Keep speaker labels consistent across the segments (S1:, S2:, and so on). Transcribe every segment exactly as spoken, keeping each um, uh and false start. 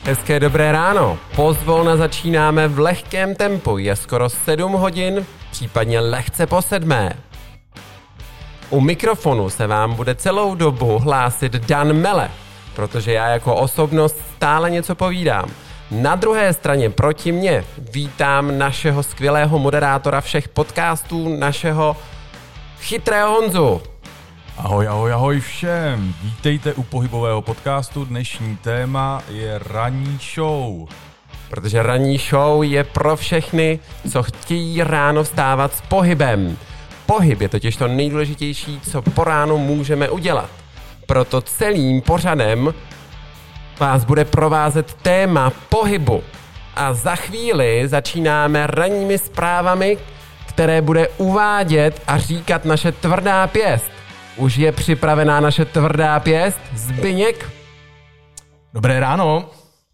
S1: Hezké dobré ráno. Pozvolna začínáme v lehkém tempu. Je skoro sedm hodin, případně lehce po sedmé. U mikrofonu se vám bude celou dobu hlásit Dan Mele, protože já jako osobnost stále něco povídám. Na druhé straně proti mně vítám našeho skvělého moderátora všech podcastů, našeho chytrého Honzu.
S2: Ahoj, ahoj, ahoj všem. Vítejte u pohybového podcastu. Dnešní téma je ranní show.
S1: Protože ranní show je pro všechny, co chtějí ráno vstávat s pohybem. Pohyb je totiž to nejdůležitější, co po ránu můžeme udělat. Proto celým pořadem vás bude provázet téma pohybu. A za chvíli začínáme ranními zprávami, které bude uvádět a říkat naše tvrdá pěst. Už je připravená naše tvrdá pěst? Zbyněk?
S3: Dobré ráno.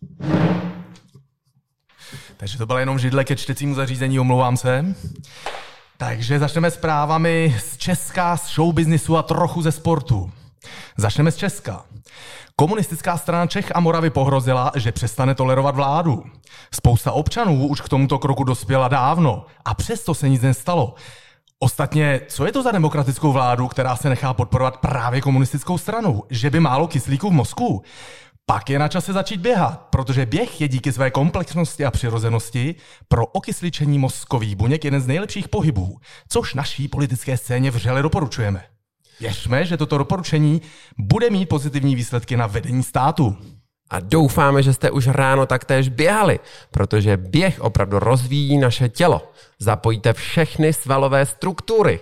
S3: Takže to byla jenom židle ke čtecímu zařízení, omlouvám se. Takže začneme s zprávami z Česka, z showbiznisu a trochu ze sportu. Začneme z Česka. Komunistická strana Čech a Moravy pohrozila, že přestane tolerovat vládu. Spousta občanů už k tomuto kroku dospěla dávno a přesto se nic nestalo. Ostatně, co je to za demokratickou vládu, která se nechá podporovat právě komunistickou stranou? Že by málo kyslíku v mozku? Pak je na čase začít běhat, protože běh je díky své komplexnosti a přirozenosti pro okysličení mozkových buněk jeden z nejlepších pohybů, což naší politické scéně vřele doporučujeme. Věřme, že toto doporučení bude mít pozitivní výsledky na vedení státu.
S1: A doufáme, že jste už ráno taktéž běhali, protože běh opravdu rozvíjí naše tělo. Zapojíte všechny svalové struktury.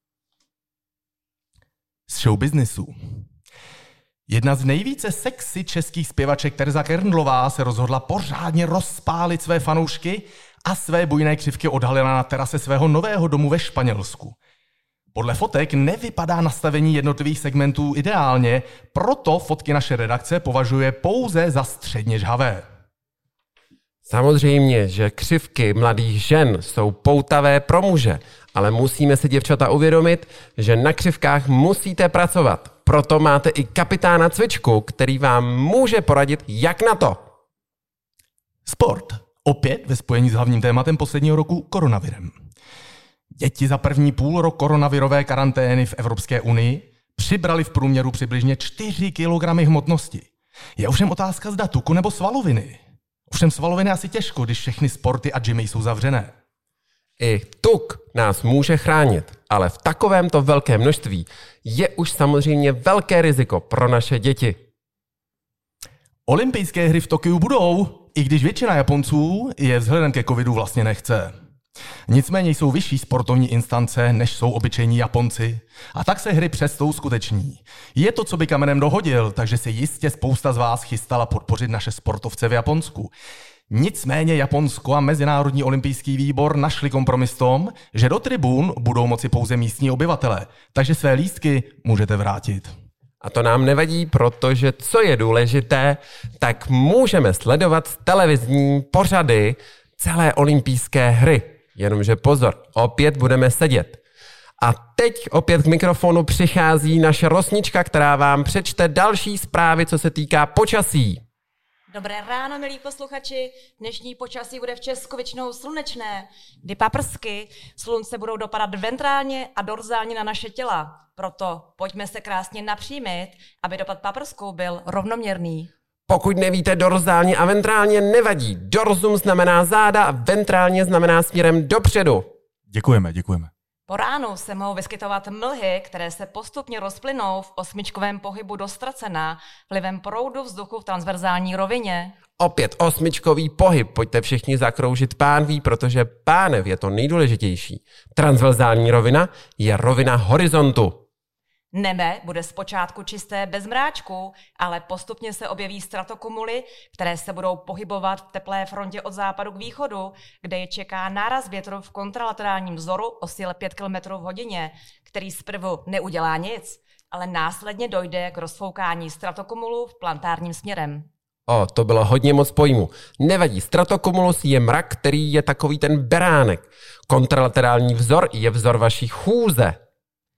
S3: Z showbiznisu. Jedna z nejvíce sexy českých zpěvaček Tereza Kerndlová se rozhodla pořádně rozpálit své fanoušky a své bujné křivky odhalila na terase svého nového domu ve Španělsku. Podle fotek nevypadá nastavení jednotlivých segmentů ideálně, proto fotky naše redakce považuje pouze za středně žhavé.
S1: Samozřejmě, že křivky mladých žen jsou poutavé pro muže, ale musíme si, děvčata, uvědomit, že na křivkách musíte pracovat. Proto máte i kapitána Cvičku, který vám může poradit, jak na to.
S3: Sport. Opět ve spojení s hlavním tématem posledního roku koronavirem. Děti za první půl rok koronavirové karantény v Evropské unii přibrali v průměru přibližně čtyři kilogramy hmotnosti. Je ovšem otázka zda tuku nebo svaloviny. Ovšem svaloviny asi těžko, když všechny sporty a gymy jsou zavřené.
S1: I tuk nás může chránit, ale v takovémto velkém množství je už samozřejmě velké riziko pro naše děti.
S3: Olympijské hry v Tokiu budou, i když většina Japonců je vzhledem ke covidu vlastně nechce. Nicméně jsou vyšší sportovní instance, než jsou obyčejní Japonci. A tak se hry přesto uskuteční. Je to, co by kamenem dohodil, takže se jistě spousta z vás chystala podpořit naše sportovce v Japonsku. Nicméně Japonsko a Mezinárodní olympijský výbor našli kompromis v tom, že do tribun budou moci pouze místní obyvatelé, takže své lístky můžete vrátit.
S1: A to nám nevadí, protože co je důležité, tak můžeme sledovat televizní pořady celé olympijské hry. Jenomže pozor, opět budeme sedět. A teď opět k mikrofonu přichází naše Rosnička, která vám přečte další zprávy, co se týká počasí.
S4: Dobré ráno, milí posluchači. Dnešní počasí bude v Česku většinou slunečné, kdy paprsky slunce budou dopadat ventrálně a dorzálně na naše těla. Proto pojďme se krásně napřímit, aby dopad paprsků byl rovnoměrný.
S1: Pokud nevíte, dorzálně a ventrálně nevadí. Dorzum znamená záda a ventrálně znamená směrem dopředu.
S2: Děkujeme, děkujeme.
S4: Po ránu se mohou vyskytovat mlhy, které se postupně rozplynou v osmičkovém pohybu do ztracena vlivem proudu vzduchu v transverzální rovině.
S1: Opět osmičkový pohyb, pojďte všichni zakroužit pánví, protože pánev je to nejdůležitější. Transverzální rovina je rovina horizontu.
S4: Nebe bude zpočátku čisté bez mráčku, ale postupně se objeví stratokumuly, které se budou pohybovat v teplé frontě od západu k východu, kde je čeká náraz větru v kontralaterálním vzoru o síle pět kilometrů v hodině, který zprvu neudělá nic, ale následně dojde k rozfoukání stratokumulu v plantárním směrem.
S1: O, to bylo hodně moc pojmu. Nevadí, stratocumulus je mrak, který je takový ten beránek. Kontralaterální vzor je vzor vaší chůze.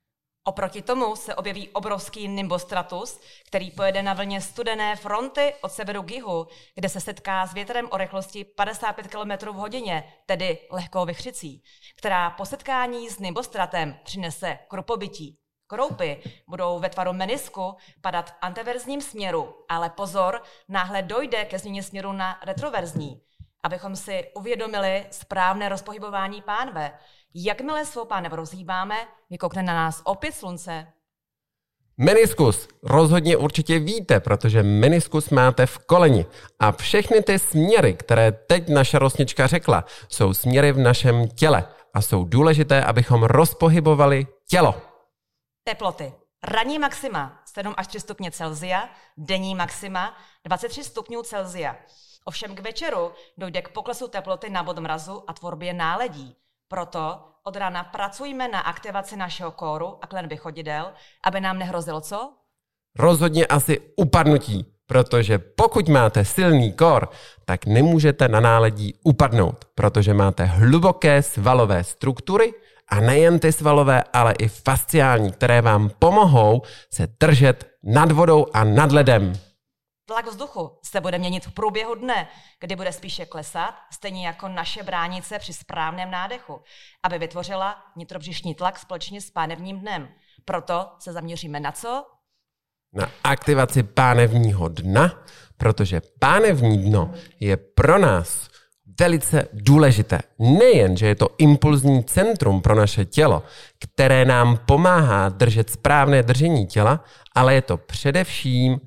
S4: Oproti tomu se objeví obrovský nimbostratus, který pojede na vlně studené fronty od severu k jihu, kde se setká s větrem o rychlosti padesát pět kilometrů v hodině, tedy lehkou vichřicí, která po setkání s nimbostratem přinese krupobytí. Kroupy budou ve tvaru menisku padat v antiverzním směru, ale pozor, náhle dojde ke změně směru na retroverzní. Abychom si uvědomili správné rozpohybování pánve, jakmile svou pánev rozhýbáme, vykoukne na nás opět slunce.
S1: Meniskus rozhodně určitě víte, protože meniskus máte v koleni a všechny ty směry, které teď naše rosnička řekla, jsou směry v našem těle a jsou důležité, abychom rozpohybovali tělo.
S4: Teploty. Ranní maxima sedm až tři stupně Celsia, denní maxima dvacet tři stupňů Celsia. Ovšem k večeru dojde k poklesu teploty na bod mrazu a tvorbě náledí. Proto od rána pracujme na aktivaci našeho kóru a klenby chodidel, aby nám nehrozilo co?
S1: Rozhodně asi upadnutí, protože pokud máte silný kór, tak nemůžete na náledí upadnout, protože máte hluboké svalové struktury a nejen ty svalové, ale i fasciální, které vám pomohou se držet nad vodou a nad ledem.
S4: Tlak vzduchu se bude měnit v průběhu dne, kdy bude spíše klesat, stejně jako naše bránice při správném nádechu, aby vytvořila nitrobřišní tlak společně s pánevním dnem. Proto se zaměříme na co?
S1: Na aktivaci pánevního dna, protože pánevní dno je pro nás velice důležité. Nejen, že je to impulzní centrum pro naše tělo, které nám pomáhá držet správné držení těla, ale je to především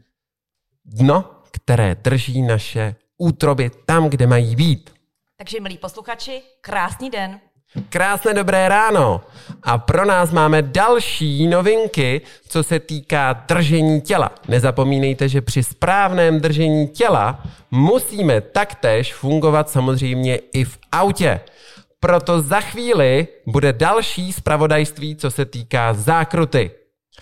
S1: dno, které drží naše útroby tam, kde mají být.
S4: Takže, milí posluchači, krásný den.
S1: Krásné dobré ráno. A pro nás máme další novinky, co se týká držení těla. Nezapomínejte, že při správném držení těla musíme taktéž fungovat samozřejmě i v autě. Proto za chvíli bude další zpravodajství, co se týká zákruty.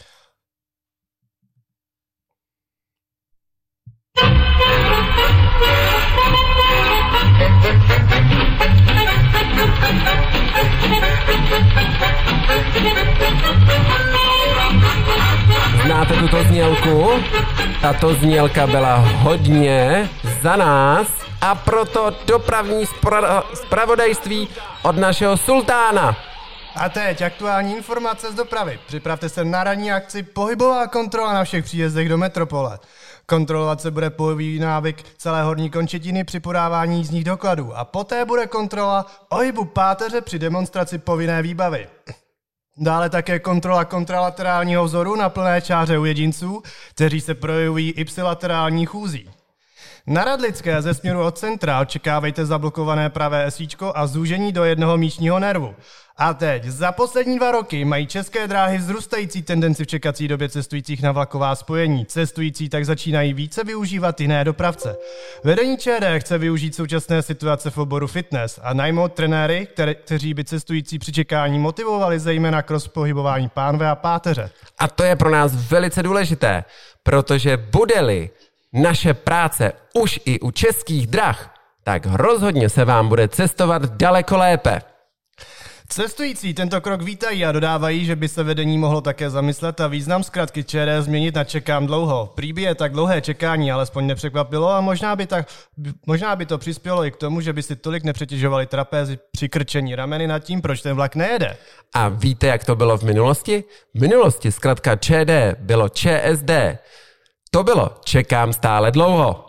S1: Znáte tuto znělku? Tato znělka byla hodně za nás a proto dopravní spra- zpravodajství od našeho sultána.
S5: A teď aktuální informace z dopravy. Připravte se na ranní akci Pohybová kontrola na všech příjezdech do metropole. Kontrolovat se bude pohybový návyk celé horní končetiny při podávání jízdních dokladů a poté bude kontrola ohybu páteře při demonstraci povinné výbavy. Dále také kontrola kontralaterálního vzoru na plné čáře u jedinců, kteří se projevují ipsilaterální chůzí. Na Radlické ze směru od centra očekávejte zablokované pravé esíčko a zúžení do jednoho míšního nervu. A teď, za poslední dva roky mají České dráhy vzrůstající tendenci v čekací době cestujících na vlaková spojení. Cestující tak začínají více využívat jiné dopravce. Vedení ČD chce využít současné situace v oboru fitness a najmout trenéry, které, kteří by cestující při čekání motivovali zejména k rozpohybování pánve a páteře.
S1: A to je pro nás velice důležité, protože bude-li naše práce už i u Českých drah, tak rozhodně se vám bude cestovat daleko lépe.
S5: Cestující tento krok vítají a dodávají, že by se vedení mohlo také zamyslet a význam zkratky ČD změnit na čekám dlouho. Prý by je tak dlouhé čekání alespoň nepřekvapilo a možná by, tak, možná by to přispělo i k tomu, že by si tolik nepřetěžovali trapézy při krčení rameny nad tím, proč ten vlak nejede.
S1: A víte, jak to bylo v minulosti? V minulosti zkratka ČD bylo ČSD. To bylo čekám stále dlouho.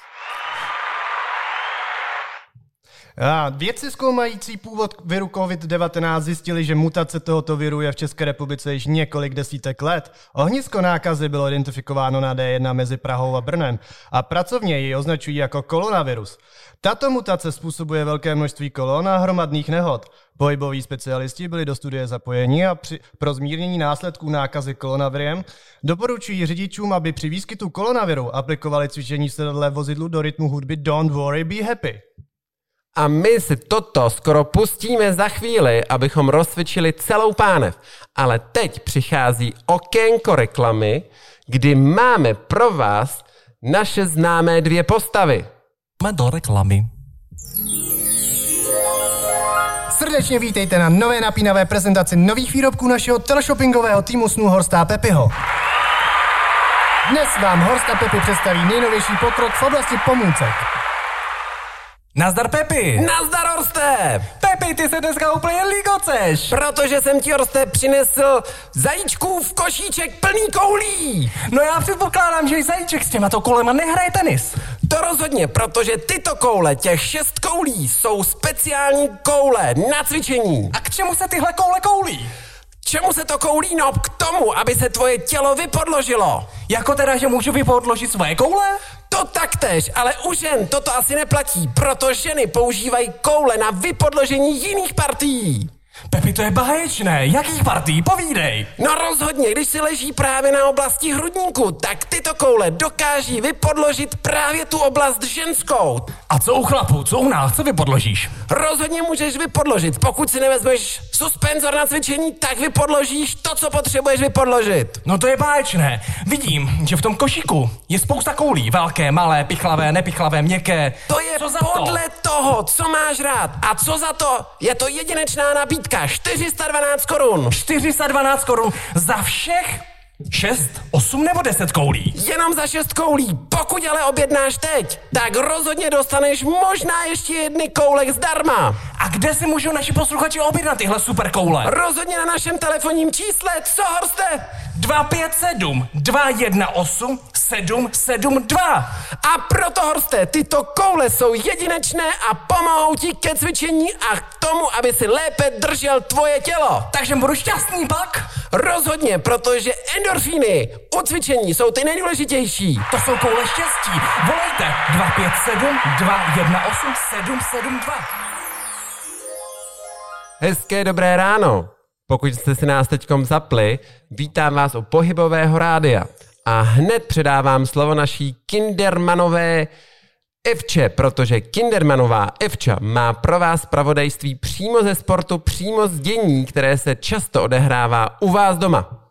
S5: A vědci zkoumající původ viru covid devatenáct zjistili, že mutace tohoto viru je v České republice již několik desítek let. Ohnisko nákazy bylo identifikováno na D jedna mezi Prahou a Brnem a pracovně ji označují jako koronavirus. Tato mutace způsobuje velké množství kolon a hromadných nehod. Pohyboví specialisti byli do studie zapojeni a při, pro zmírnění následků nákazy koronavirem doporučují řidičům, aby při výskytu koronaviru aplikovali cvičení v sedadle vozidlu do rytmu hudby Don't Worry, Be Happy.
S1: A my si toto skoro pustíme za chvíli, abychom rozcvičili celou pánev. Ale teď přichází okénko reklamy, kdy máme pro vás naše známé dvě postavy.
S6: Jdeme do reklamy.
S5: Srdečně vítejte na nové napínavé prezentaci nových výrobků našeho teleshoppingového týmu snů Horsta a Pepiho. Dnes vám Horst a Pepi představí nejnovější pokrok v oblasti pomůcek.
S6: Nazdar, Pepi!
S1: Nazdar, Horste!
S6: Pepi, ty se dneska úplně lígoceš!
S1: Protože jsem ti, Horste, přinesl zajíčkův košíček plný koulí.
S6: No já předpokládám, že zajíček s těmato kolema nehraje tenis.
S1: To rozhodně, protože tyto koule, těch šest koulí, jsou speciální koule na cvičení.
S6: A k čemu se tyhle koule koulí?
S1: Čemu se to koulí? No k tomu, aby se tvoje tělo vypodložilo.
S6: Jako teda, že můžu vypodložit svoje koule?
S1: To taktéž, ale u žen toto asi neplatí, proto ženy používají koule na vypodložení jiných partií.
S6: Pepi, to je báječné. Jakých partí? Povídej.
S1: No rozhodně, když si leží právě na oblasti hrudníku, tak tyto koule dokáží vypodložit právě tu oblast ženskou.
S6: A co u chlapů? Co u nás? Co vypodložíš?
S1: Rozhodně můžeš vypodložit. Pokud si nevezmeš suspenzor na cvičení, tak vypodložíš to, co potřebuješ vypodložit.
S6: No to je báječné. Vidím, že v tom košíku je spousta koulí. Velké, malé, pichlavé, nepichlavé, měkké.
S1: To je
S6: co za
S1: podle
S6: to?
S1: toho, co máš rád. A co za to? Je to jedinečná nabídka. čtyři sta dvanáct korun.
S6: čtyři sta dvanáct korun za všech šest, osm nebo deset koulí.
S1: Jenom za šest koulí. Pokud ale objednáš teď, tak rozhodně dostaneš možná ještě jedny koulek zdarma.
S6: A kde si můžou naši posluchači objednat tyhle super koule?
S1: Rozhodně na našem telefonním čísle. Co, Horste?
S6: dva pět sedm, dva jedna osm, sedm sedm dva.
S1: A proto, Horste, tyto koule jsou jedinečné a pomohou ti ke cvičení a k tomu, aby si lépe držel tvoje tělo.
S6: Takže budu šťastný pak?
S1: Rozhodně, protože endorfíny u cvičení jsou ty nejdůležitější.
S6: To jsou koule štěstí. Volejte dva pět sedm, dva jedna osm, sedm sedm dva.
S1: Hezké dobré ráno. Pokud jste si nás teďkom zapli, vítám vás u Pohybového rádia. A hned předávám slovo naší Kindermanové Evče, protože Kindermanová Evča má pro vás zpravodajství přímo ze sportu, přímo z dění, které se často odehrává u vás doma.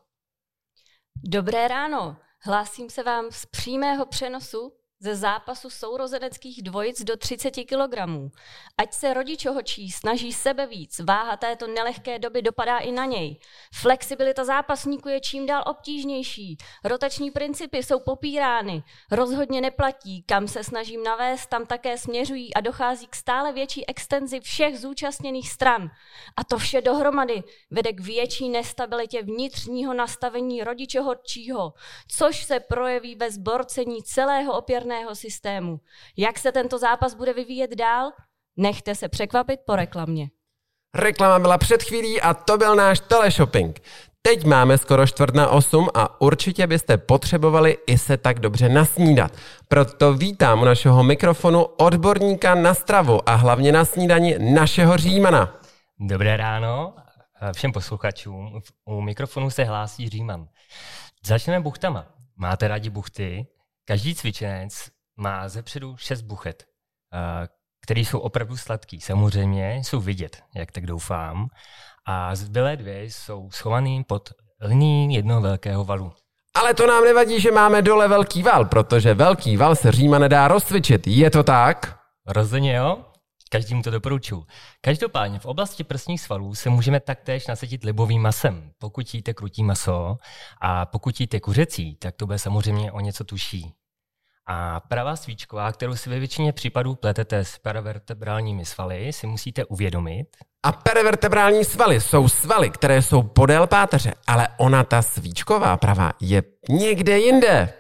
S7: Dobré ráno, hlásím se vám z přímého přenosu ze zápasu sourozeneckých dvojic do třicet kilogramů. Ať se rodičohočí snaží sebe víc, váha této nelehké doby dopadá i na něj. Flexibilita zápasníků je čím dál obtížnější. Rotační principy jsou popírány. Rozhodně neplatí, kam se snažím navést, tam také směřují a dochází k stále větší extenzi všech zúčastněných stran. A to vše dohromady vede k větší nestabilitě vnitřního nastavení rodičohodčího, což se projeví ve zborcení celého opěrného systému. Jak se tento zápas bude vyvíjet dál? Nechte se překvapit po reklamě.
S1: Reklama byla před chvílí a to byl náš teleshopping. Teď máme skoro čtvrt na osm a určitě byste potřebovali i se tak dobře nasnídat. Proto vítám u našeho mikrofonu odborníka na stravu a hlavně na snídani našeho Římana.
S8: Dobré ráno všem posluchačům. U mikrofonu se hlásí Říman. Začneme buchtama. Máte rádi buchty? Každý cvičenec má zepředu šest buchet, které jsou opravdu sladký. Samozřejmě jsou vidět, jak tak doufám. A zbylé dvě jsou schované pod linií jednoho velkého valu.
S1: Ale to nám nevadí, že máme dole velký val, protože velký val se Říma nedá rozcvičit. Je to tak?
S8: Rozhodně jo. Každému to doporučuji. Každopádně v oblasti prsních svalů se můžeme taktéž nasytit libovým masem. Pokud jíte krutí maso a pokud jíte kuřecí, tak to bude samozřejmě o něco tužší. A pravá svíčková, kterou si ve většině případů pletete s paravertebrálními svaly, si musíte uvědomit.
S1: A paravertebrální svaly jsou svaly, které jsou podél páteře, ale ona, ta svíčková pravá, je někde jinde.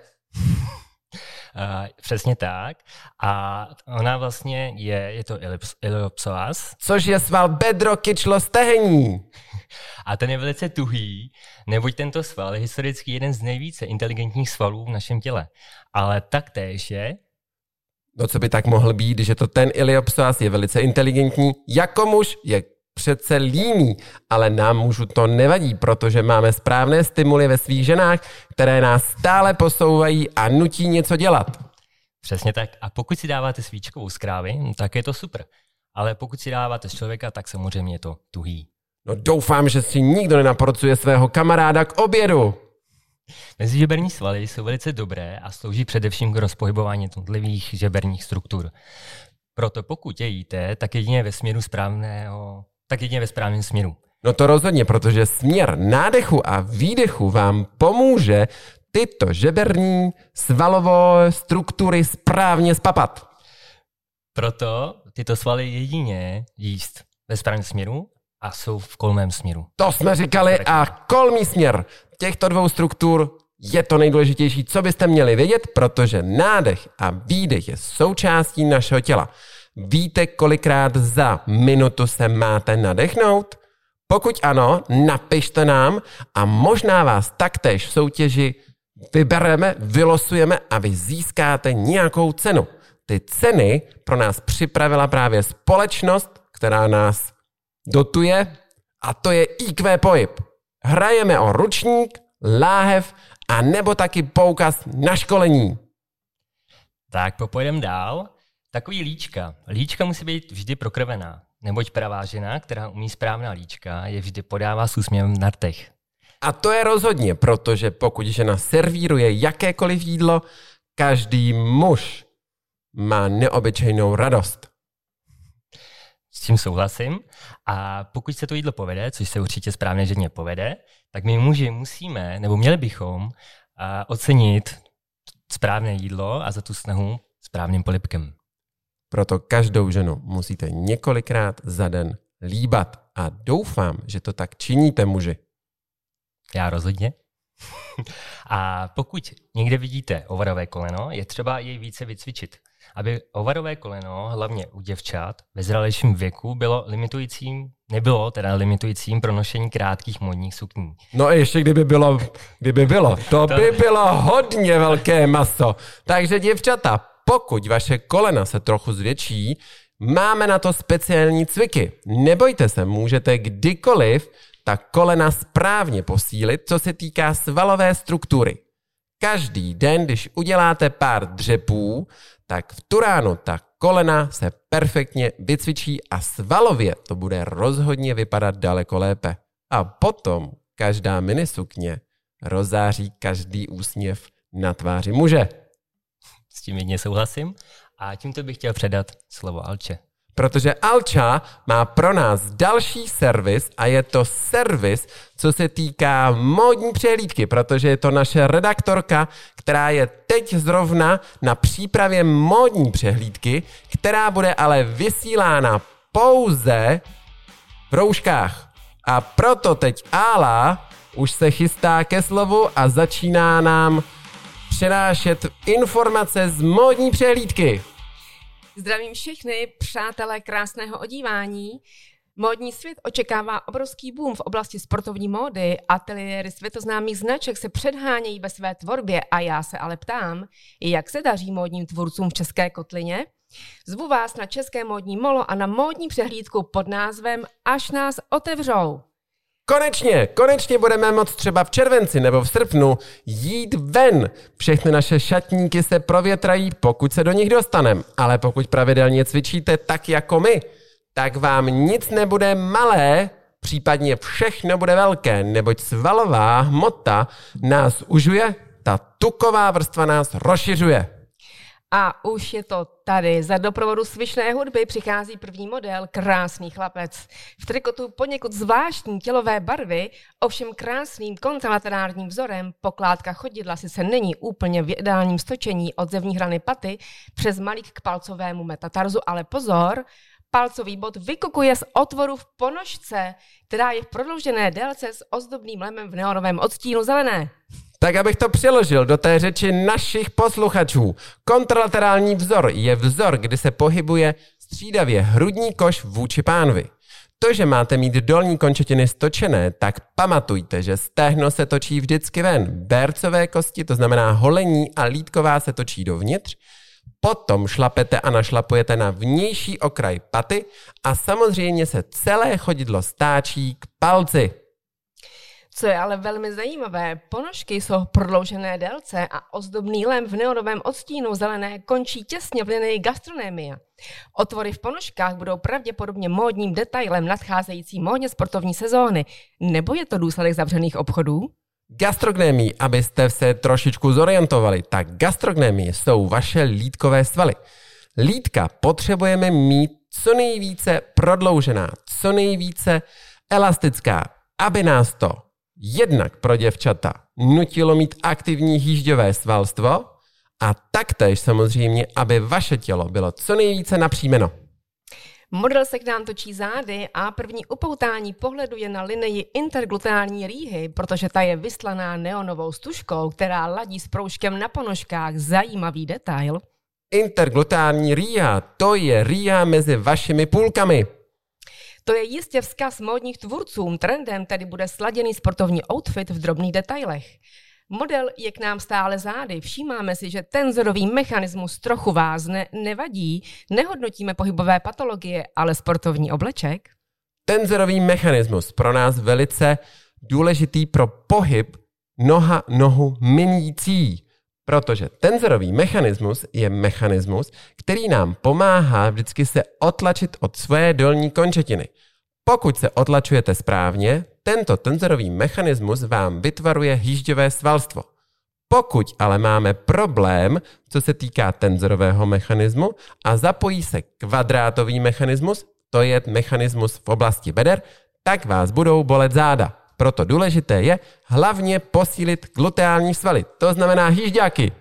S8: Uh, přesně tak. A ona vlastně je, je to iliopsoas.
S1: Což je sval bedro-kyčlo-stehení.
S8: A ten je velice tuhý, neboť tento sval je historicky jeden z nejvíce inteligentních svalů v našem těle. Ale taktéž je...
S1: No co by tak mohl být, že to ten iliopsoas je velice inteligentní, jako muž je přece líný, ale nám mužu to nevadí, protože máme správné stimuly ve svých ženách, které nás stále posouvají a nutí něco dělat.
S8: Přesně tak. A pokud si dáváte svíčkovou z krávy, tak je to super. Ale pokud si dáváte z člověka, tak samozřejmě je to tuhý.
S1: No doufám, že si nikdo nenaporcuje svého kamaráda k obědu.
S8: Mezižeberní svaly jsou velice dobré a slouží především k rozpohybování jednotlivých žeberních struktur. Proto pokud je jíte, tak jedině ve směru správného tak jedině ve správném směru.
S1: No to rozhodně, protože směr nádechu a výdechu vám pomůže tyto žeberní svalové struktury správně spapat.
S8: Proto tyto svaly jedině jíst ve správném směru a jsou v kolmém směru.
S1: To jsme říkali a kolmý směr těchto dvou struktur je to nejdůležitější, co byste měli vědět, protože nádech a výdech je součástí našeho těla. Víte, kolikrát za minutu se máte nadechnout? Pokud ano, napište nám a možná vás taktéž v soutěži vybereme, vylosujeme a vy získáte nějakou cenu. Ty ceny pro nás připravila právě společnost, která nás dotuje, a to je í kvé Pohyb. Hrajeme o ručník, láhev a nebo taky poukaz na školení.
S8: Tak popojdem dál. Takový líčka. Líčka musí být vždy prokrvená, neboť pravá žena, která umí správná líčka, je vždy podává s úsměvem na rtech.
S1: A to je rozhodně, protože pokud žena servíruje jakékoliv jídlo, každý muž má neobyčejnou radost.
S8: S tím souhlasím. A pokud se to jídlo povede, což se určitě správně ženě povede, tak my muži musíme, nebo měli bychom uh, ocenit správné jídlo a za tu snahu správným polibkem.
S1: Proto každou ženu musíte několikrát za den líbat a doufám, že to tak činíte, muži.
S8: Já rozhodně. A pokud někde vidíte ovarové koleno, je třeba jej více vycvičit, aby ovarové koleno, hlavně u děvčat, ve zralejším věku bylo limitujícím, nebylo teda limitujícím pro nošení krátkých modních sukní.
S1: No a ještě kdyby bylo, kdyby bylo, to by bylo hodně velké maso. Takže děvčata, pokud vaše kolena se trochu zvětší, máme na to speciální cviky. Nebojte se, můžete kdykoliv ta kolena správně posílit, co se týká svalové struktury. Každý den, když uděláte pár dřepů, tak v tu ránu ta kolena se perfektně vycvičí a svalově to bude rozhodně vypadat daleko lépe. A potom každá minisukně rozáří každý úsměv na tváři muže.
S8: S tím jedně souhlasím a tímto bych chtěl předat slovo Alče.
S1: Protože Alča má pro nás další servis a je to servis, co se týká módní přehlídky, protože je to naše redaktorka, která je teď zrovna na přípravě módní přehlídky, která bude ale vysílána pouze v rouškách. A proto teď Ála už se chystá ke slovu a začíná nám přenášet informace z módní přehlídky.
S9: Zdravím všechny přátelé krásného odívání. Módní svět očekává obrovský boom v oblasti sportovní módy. Ateliéry světoznámých značek se předhánějí ve své tvorbě a já se ale ptám, jak se daří módním tvůrcům v České kotlině? Zvu vás na České módní molo a na módní přehlídku pod názvem Až nás otevřou.
S1: Konečně, konečně budeme moct třeba v červenci nebo v srpnu jít ven. Všechny naše šatníky se provětrají, pokud se do nich dostaneme. Ale pokud pravidelně cvičíte tak jako my, tak vám nic nebude malé, případně všechno bude velké, neboť svalová hmota nás užuje, ta tuková vrstva nás rozšiřuje.
S9: A už je to tady. Za doprovodu svišné hudby přichází první model, krásný chlapec. V trikotu poněkud zvláštní tělové barvy, ovšem krásným kontralaterálním vzorem, pokládka chodidla sice není úplně v ideálním stočení od zevní hrany paty přes malík k palcovému metatarzu, ale pozor, palcový bod vykukuje z otvoru v ponožce, která je v prodloužené délce s ozdobným lemem v neonovém odstínu zelené.
S1: Tak abych to přeložil do té řeči našich posluchačů. Kontralaterální vzor je vzor, kdy se pohybuje střídavě hrudní koš vůči pánvi. To, že máte mít dolní končetiny stočené, tak pamatujte, že stehno se točí vždycky ven. Bércové kosti, to znamená holení a lítková se točí dovnitř. Potom šlapete a našlapujete na vnější okraj paty a samozřejmě se celé chodidlo stáčí k palci.
S9: Co je ale velmi zajímavé, ponožky jsou v prodloužené délce a ozdobný lem v neonovém odstínu zelené končí těsně v linii gastronémia. Otvory v ponožkách budou pravděpodobně módním detailem nadcházející módně sportovní sezóny. Nebo je to důsledek zavřených obchodů?
S1: Gastrognémii, abyste se trošičku zorientovali, tak gastrognémie jsou vaše lítkové svaly. Lítka potřebujeme mít co nejvíce prodloužená, co nejvíce elastická, aby nás to jednak pro děvčata nutilo mít aktivní hýžďové svalstvo a taktéž samozřejmě, aby vaše tělo bylo co nejvíce napřímeno.
S9: Model se k nám točí zády a první upoutání pohledu je na linii intergluteální rýhy, protože ta je vyslaná neonovou stužkou, která ladí s proužkem na ponožkách. Zajímavý detail.
S1: Intergluteální rýha, to je rýha mezi vašimi půlkami.
S9: To je jistě vzkaz módních tvůrcům, trendem tedy bude sladěný sportovní outfit v drobných detailech. Model je k nám stále zády. Všímáme si, že tenzorový mechanismus trochu vázne, nevadí, nehodnotíme pohybové patologie, ale sportovní obleček.
S1: Tenzorový mechanismus pro nás velice důležitý pro pohyb noha nohu minící, protože tenzorový mechanismus je mechanismus, který nám pomáhá vždycky se otlačit od své dolní končetiny. Pokud se otlačujete správně, tento tenzorový mechanismus vám vytvaruje hýžďové svalstvo. Pokud ale máme problém, co se týká tenzorového mechanismu a zapojí se kvadrátový mechanismus, to je mechanismus v oblasti beder, tak vás budou bolet záda. Proto důležité je hlavně posílit gluteální svaly, to znamená hýžďáky.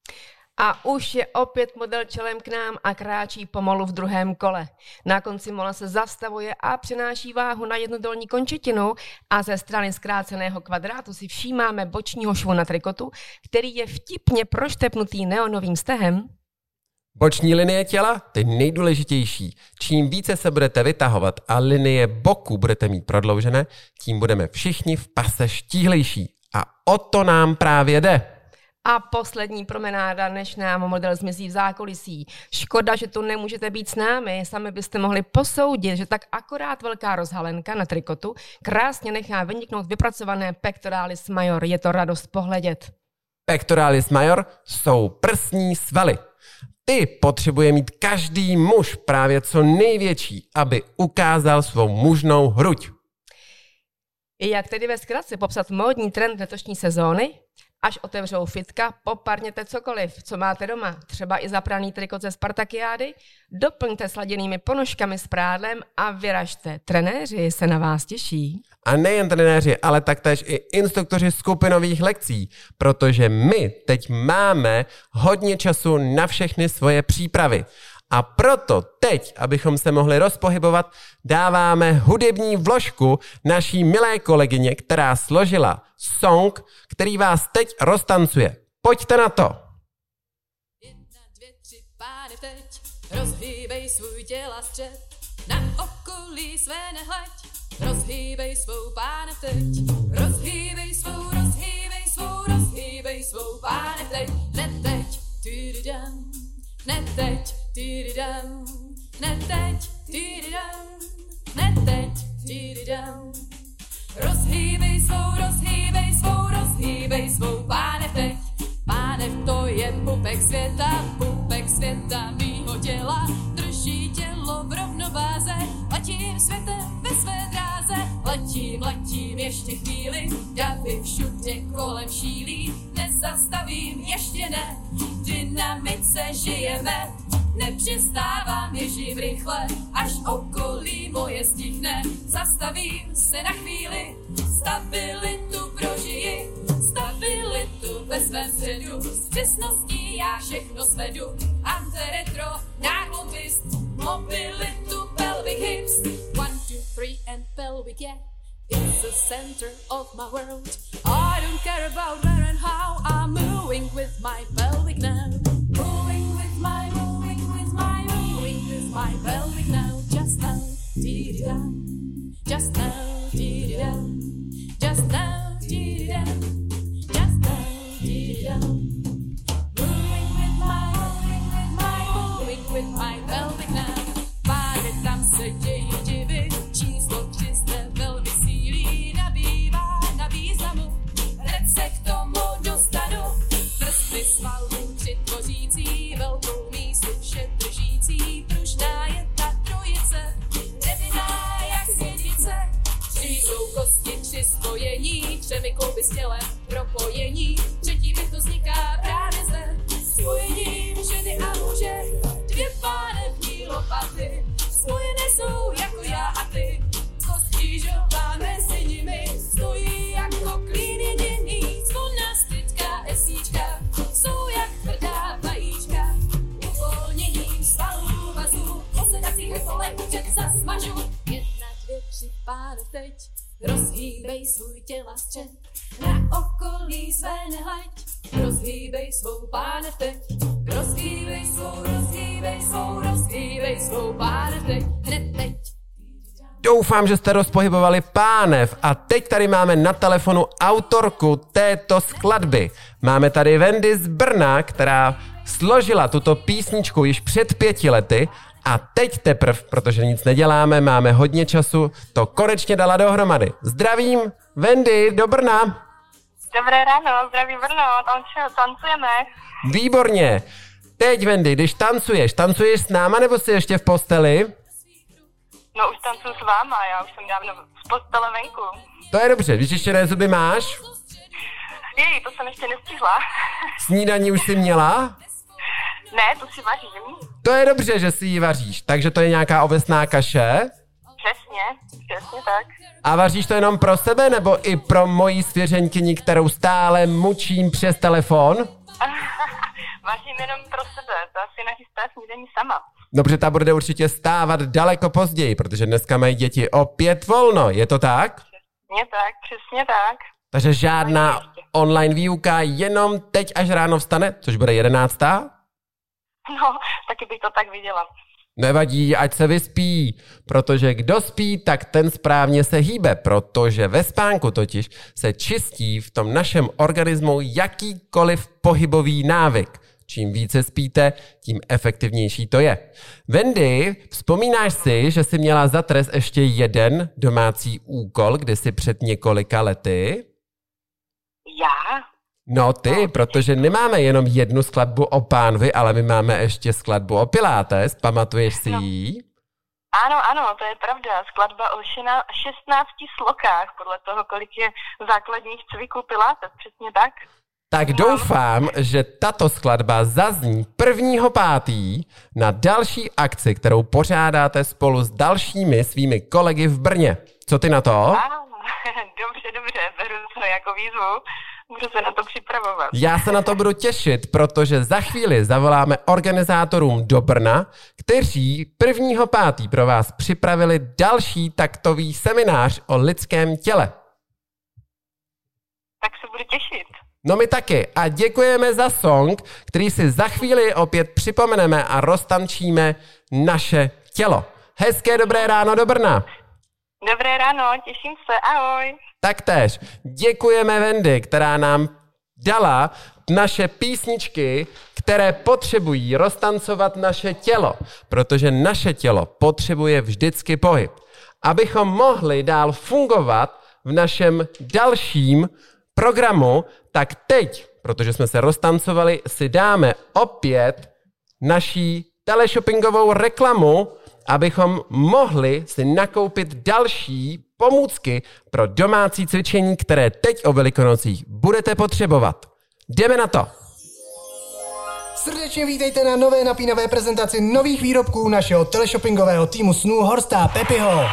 S9: A už je opět model čelem k nám a kráčí pomalu v druhém kole. Na konci mola se zastavuje a přináší váhu na jednu dolní končetinu a ze strany zkráceného kvadrátu si všímáme bočního švu na trikotu, který je vtipně proštepnutý neonovým stehem.
S1: Boční linie těla, ty nejdůležitější. Čím více se budete vytahovat a linie boku budete mít prodloužené, tím budeme všichni v pase štíhlejší. A o to nám právě jde.
S9: A poslední promenáda, než nám model zmizí v zákulisí. Škoda, že tu nemůžete být s námi, sami byste mohli posoudit, že tak akorát velká rozhalenka na trikotu krásně nechá vyniknout vypracované pectoralis major. Je to radost pohledět.
S1: Pectoralis major jsou prsní svaly. Ty potřebuje mít každý muž právě co největší, aby ukázal svou mužnou hruď.
S9: Jak tedy ve zkratce popsat módní trend letošní sezóny? Až otevřou fitka, poparněte cokoliv, co máte doma, třeba i zapraný trikot ze Spartakiády, doplňte sladěnými ponožkami s prádlem a vyražte. Trenéři se na vás těší.
S1: A nejen trenéři, ale taktéž i instruktoři skupinových lekcí, protože my teď máme hodně času na všechny svoje přípravy. A proto teď, abychom se mohli rozpohybovat, dáváme hudební vložku naší milé kolegyně, která složila song, který vás teď roztancuje. Pojďte na to!
S10: Jedna, dvě, tři, pány teď, rozhýbej svůj těla střed, na okolí své nehleď, rozhýbej svou pánev teď, rozhýbej svou, rozhýbej svou, rozhýbej svou pánev teď, ne teď, tydidam, ne teď, tydidam, ne teď, tydidam, ne teď, tydidam. Rozhýbej svou, rozhýbej svou, rozhýbej svou pánev teď. Pánev to je pupek světa, pupek světa mýho těla. Drží tělo v rovnováze, letím světem ve své dráze. Letím, letím ještě chvíli, davy všude kolem šílí. Nezastavím, ještě ne, v dynamice žijeme. Nepřestávám, ježím rychle, až okolí moje stihne. Zastavím se na chvíli, stabilitu prožiji, stabilitu ve svém středu. S přesností já všechno svedu, antiretro, náklopist, mobilitu, pelvic hips. One, two, three and pelvic, yeah. It's the center of my world. I don't care about where and how, I'm moving with my pelvic now. Moving with my, moving with my, moving with my pelvic now. Just now, dee-dee-dum. Just now, dee-dee-dum. Just now, dee-dee-dum. Just now, dee-dee-dum. Moving with my, moving with my, moving with my pelvic now. Pár tam se dějí divy, číslo tři zde velmi sílí, nabývá na významu, hned se k tomu dostanu. Vrstvy svalů přitvořící, velkou mísu vše držící, pružná je ta trojice, nevinná jak svědice. Tři jsou kosti, tři spojení, třemi klouby s tělem propojení, třetí byto vzniká právě zde, spojením ženy a muže, dvě pánevní lopaty, spojené jsou jako já a ty, rozhýbej svůj těla střed, na okolí své nehleď, rozhýbej svou pánev teď, rozhýbej svou, rozhýbej svou, rozhýbej svou pánev teď, hned teď.
S1: Doufám, že jste rozpohybovali pánev a teď tady máme na telefonu autorku této skladby. Máme tady Wendy z Brna, která složila tuto písničku již před pěti lety a teď teprv, protože nic neděláme, máme hodně času, to konečně dala dohromady. Zdravím, Wendy, do Brna.
S11: Dobré ráno, zdraví Brno, tam tancujeme.
S1: Výborně. Teď, Wendy, když tancuješ, tancuješ s náma nebo jsi ještě v posteli?
S11: No už tancuju s váma, já už jsem dávno z postele venku.
S1: To je dobře, vyčištěné zuby máš?
S11: Jej, to jsem ještě nestihla.
S1: Snídaní už jsi měla?
S11: Ne, to si vařím.
S1: To je dobře, že si ji vaříš, takže to je nějaká ovesná kaše?
S11: Přesně, přesně tak.
S1: A vaříš to jenom pro sebe, nebo i pro moji svěřenkyni, kterou stále mučím přes telefon?
S11: Vařím jenom pro sebe, to asi nachystá snídaní sama.
S1: Dobře, ta bude určitě stávat daleko později, protože dneska mají děti opět volno, je to tak?
S11: Přesně tak, přesně tak.
S1: Takže žádná online výuka, jenom teď až ráno vstane, což bude jedenáctá?
S11: No, taky bych to tak viděla.
S1: Nevadí, ať se vyspí, protože kdo spí, tak ten správně se hýbe, protože ve spánku totiž se čistí v tom našem organismu jakýkoliv pohybový návyk. Čím více spíte, tím efektivnější to je. Wendy, vzpomínáš si, že jsi měla za trest ještě jeden domácí úkol kdysi před několika lety?
S11: Já?
S1: No ty, protože nemáme jenom jednu skladbu o pánvi, ale my máme ještě skladbu o Pilates. Pamatuješ si ji? No.
S11: Ano, ano, to je pravda. Skladba o šestnácti slokách, podle toho, kolik je základních cviků Pilates, přesně tak.
S1: Tak doufám, že tato skladba zazní prvního pátý na další akci, kterou pořádáte spolu s dalšími svými kolegy v Brně. Co ty na to?
S11: Ano, dobře, dobře, beru to jako výzvu. Budu se na to připravovat.
S1: Já se na to budu těšit, protože za chvíli zavoláme organizátorům do Brna, kteří prvního pátý pro vás připravili další taktový seminář o lidském těle.
S11: Tak se budu těšit.
S1: No my taky a děkujeme za song, který si za chvíli opět připomeneme a roztančíme naše tělo. Hezké dobré ráno do Brna.
S11: Dobré ráno, těším se, ahoj.
S1: Taktéž děkujeme Wendy, která nám dala naše písničky, které potřebují roztancovat naše tělo, protože naše tělo potřebuje vždycky pohyb. Abychom mohli dál fungovat v našem dalším programu, tak teď, protože jsme se roztancovali, si dáme opět naší teleshoppingovou reklamu, abychom mohli si nakoupit další pomůcky pro domácí cvičení, které teď o Velikonocích budete potřebovat. Jdeme na to!
S5: Srdečně vítejte na nové napínavé prezentaci nových výrobků našeho teleshoppingového týmu snů Horsta a Pepiho.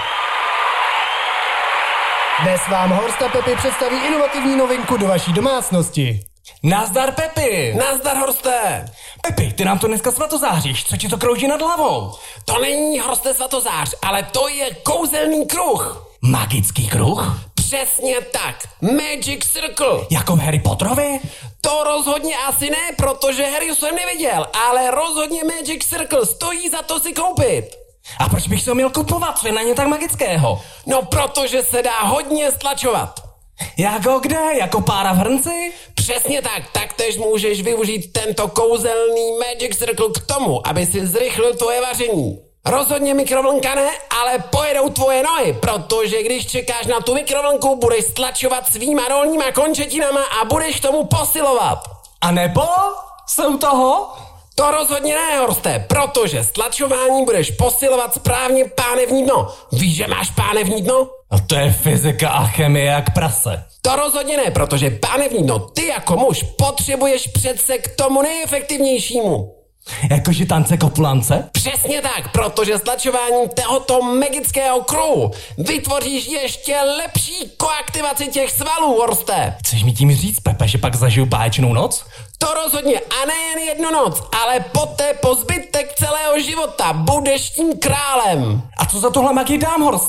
S5: Dnes vám Horst a Pepi představí inovativní novinku do vaší domácnosti.
S6: Nazdar, Pepi!
S1: Nazdar, Horste!
S6: Pepi, ty nám to dneska svatozáříš, co ti to krouží nad hlavou?
S1: To není, Horste, svatozář, ale to je kouzelný kruh.
S6: Magický kruh?
S1: Přesně tak, Magic Circle.
S6: Jako v Harry Potterovi?
S1: To rozhodně asi ne, protože Harry jsem neviděl, ale rozhodně Magic Circle stojí za to si koupit.
S6: A proč bych si ho měl kupovat, co je na ně tak magického?
S1: No, protože se dá hodně stlačovat.
S6: Jako kde? Jako pára v hrnci?
S1: Přesně tak, taktéž můžeš využít tento kouzelný Magic Circle k tomu, aby si zrychlil tvoje vaření. Rozhodně mikrovlnka ne, ale pojedou tvoje nohy, protože když čekáš na tu mikrovlnku, budeš stlačovat svýma dolníma končetinama a budeš tomu posilovat.
S6: A nebo? Jsou toho?
S1: To rozhodně ne, Horste, protože stlačování budeš posilovat správně pánevní dno. Víš, že máš pánevní dno?
S6: A to je fyzika a chemie jak prase.
S1: To rozhodně ne, protože pánevní dno ty jako muž potřebuješ přece k tomu nejefektivnějšímu.
S6: Jakože tance kopulance?
S1: Přesně tak, protože stlačováním tohoto magického kruhu vytvoříš ještě lepší koaktivaci těch svalů, Horste.
S6: Chceš mi tím říct, Pepe, že pak zažiju báječnou noc?
S1: To rozhodně a nejen jednu noc, ale poté po zbytek celého života budeš tím králem.
S6: A co za tohle magii dám, Horste?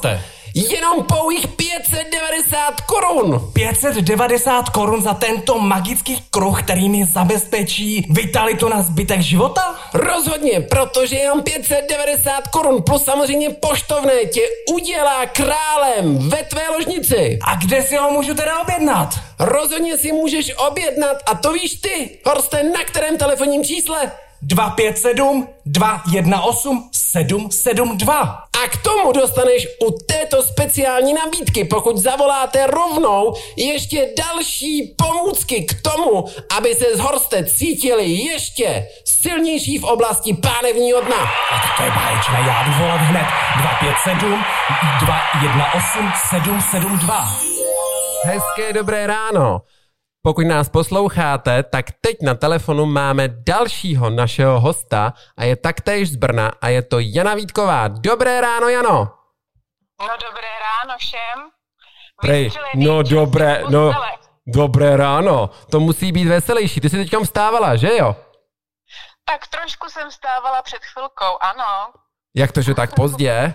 S1: Jenom pouhých pět set devadesát korun.
S6: pět set devadesát korun za tento magický kruh, který mi zabezpečí vitalitu na zbytek života?
S1: Rozhodně, protože jenom pět set devadesát korun plus samozřejmě poštovné tě udělá králem ve tvé ložnici.
S6: A kde si ho můžu teda objednat?
S1: Rozhodně si můžeš objednat a to víš ty, Horste, na kterém telefonním čísle?
S6: dva pět sedm, dva jedna osm, sedm sedm dva.
S1: A k tomu dostaneš u této speciální nabídky, pokud zavoláte rovnou, ještě další pomůcky k tomu, aby se z Horste cítili ještě silnější v oblasti pánevního dna.
S6: A to je báječné, já jdu volat hned. dva pět sedm, dva jedna osm, sedm sedm dva.
S1: Hezké dobré ráno. Pokud nás posloucháte, tak teď na telefonu máme dalšího našeho hosta a je taktéž z Brna a je to Jana Vítková. Dobré ráno, Jano.
S11: No dobré ráno všem.
S1: Prej, no dobré, no dobré ráno. To musí být veselější. Ty jsi teďka vstávala, že jo?
S11: Tak trošku jsem vstávala před chvilkou, ano.
S1: Jak to, že tak pozdě?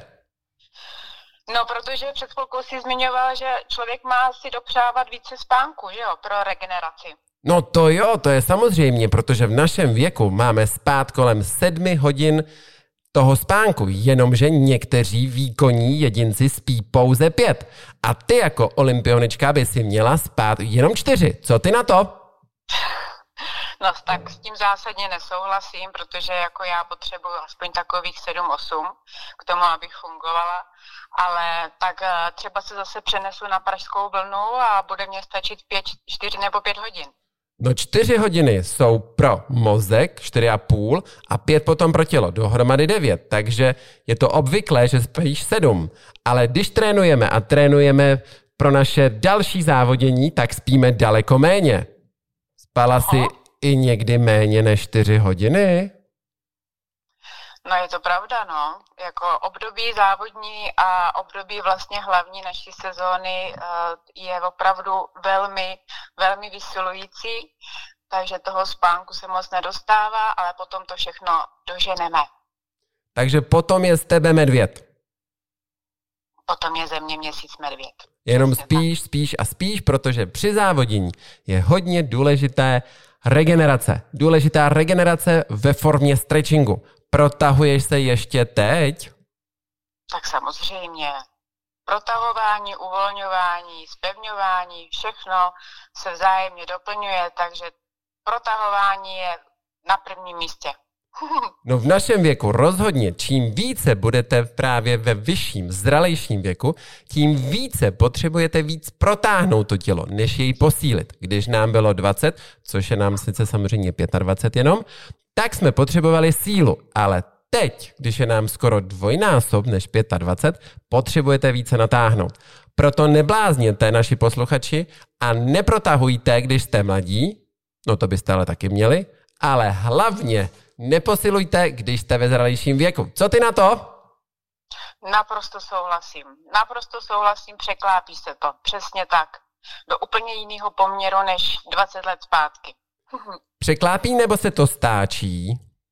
S11: No, protože před chvilkou si zmiňoval, že člověk má si dopřávat více spánku, že jo, pro regeneraci.
S1: No to jo, to je samozřejmě, protože v našem věku máme spát kolem sedmi hodin toho spánku, jenomže někteří výkonní jedinci spí pouze pět. A ty jako olympionička by si měla spát jenom čtyři. Co ty na to?
S11: No tak s tím zásadně nesouhlasím, protože jako já potřebuji aspoň takových sedm osm k tomu, abych fungovala. Ale tak třeba se zase přenesu na pražskou vlnu a bude mě stačit pět, čtyři nebo pět hodin.
S1: No čtyři hodiny jsou pro mozek, čtyři a půl a pět potom pro tělo, dohromady devět. Takže je to obvyklé, že spíš sedm. Ale když trénujeme a trénujeme pro naše další závodění, tak spíme daleko méně. Spala si
S11: Aha.
S1: i někdy méně než čtyři hodiny?
S11: No je to pravda, no. Jako období závodní a období vlastně hlavní naší sezóny je opravdu velmi, velmi vysilující, takže toho spánku se moc nedostává, ale potom to všechno doženeme.
S1: Takže potom je z tebe medvěd.
S11: Potom je ze mě měsíc medvěd.
S1: Jenom spíš, spíš a spíš, protože při závodění je hodně důležité regenerace. Důležitá regenerace ve formě stretchingu. Protahuješ se ještě teď?
S11: Tak samozřejmě. Protahování, uvolňování, zpevňování, všechno se vzájemně doplňuje, takže protahování je na prvním místě.
S1: No v našem věku rozhodně, čím více budete právě ve vyšším, zralejším věku, tím více potřebujete víc protáhnout to tělo, než jej posílit. Když nám bylo dvacet, což je nám sice samozřejmě dvacet pět jenom, tak jsme potřebovali sílu, ale teď, když je nám skoro dvojnásob než dvacet pět, potřebujete více natáhnout. Proto neblázněte, naši posluchači, a neprotahujte, když jste mladí, no to byste ale taky měli, ale hlavně neposilujte, když jste ve zralejším věku. Co ty na to?
S11: Naprosto souhlasím. Naprosto souhlasím, překlápí se to. Přesně tak. Do úplně jiného poměru než dvacet let zpátky.
S1: Překlápí nebo se to stáčí?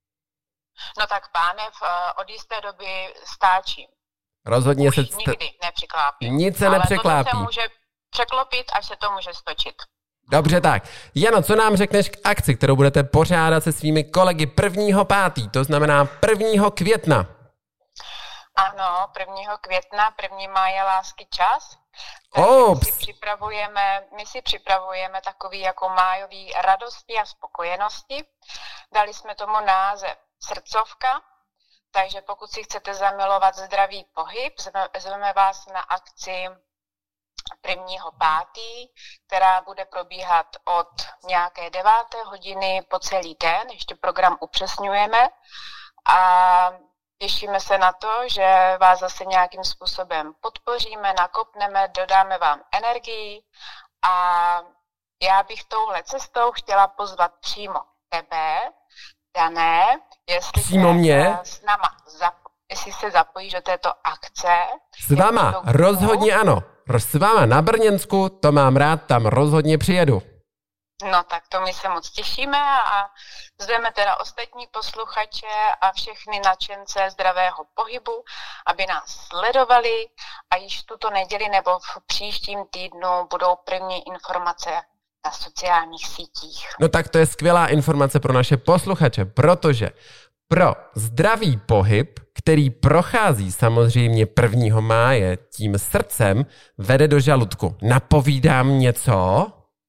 S11: No tak pánev od jisté doby stáčím.
S1: Rozhodně
S11: Už
S1: se...
S11: St- nikdy nepřeklápí.
S1: Nic se
S11: ale
S1: nepřeklápí.
S11: Ale se může překlopit, až se to může stočit.
S1: Dobře tak. Jano, co nám řekneš k akci, kterou budete pořádat se svými kolegy prvního pátý, to znamená prvního května?
S11: Ano, prvního května, první máje lásky čas.
S1: Oh,
S11: my, si připravujeme, my si připravujeme takový jako májový radosti a spokojenosti. Dali jsme tomu název Srdcovka, takže pokud si chcete zamilovat zdravý pohyb, zveme vás na akci prvního pátý, která bude probíhat od nějaké deváté hodiny po celý den, ještě program upřesňujeme a těšíme se na to, že vás zase nějakým způsobem podpoříme, nakopneme, dodáme vám energii a já bych touhle cestou chtěla pozvat přímo tebe, Dané, jestli
S1: přímo
S11: se
S1: mě?
S11: s náma zap- jestli se zapojíš do této akce.
S1: S váma, rozhodně ano. S váma na Brněnsku, to mám rád, tam rozhodně přijedu.
S11: No tak to my se moc těšíme a zveme teda ostatní posluchače a všechny nadšence zdravého pohybu, aby nás sledovali a již tuto neděli nebo v příštím týdnu budou první informace na sociálních sítích.
S1: No tak to je skvělá informace pro naše posluchače, protože pro zdravý pohyb, který prochází samozřejmě prvního máje tím srdcem, vede do žaludku. Napovídám něco?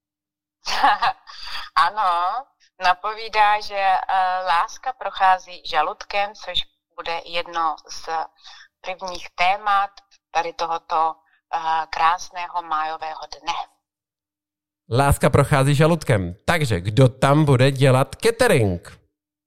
S11: Ano, napovídá, že uh, láska prochází žaludkem, což bude jedno z prvních témat tady tohoto uh, krásného májového dne.
S1: Láska prochází žaludkem. Takže kdo tam bude dělat catering?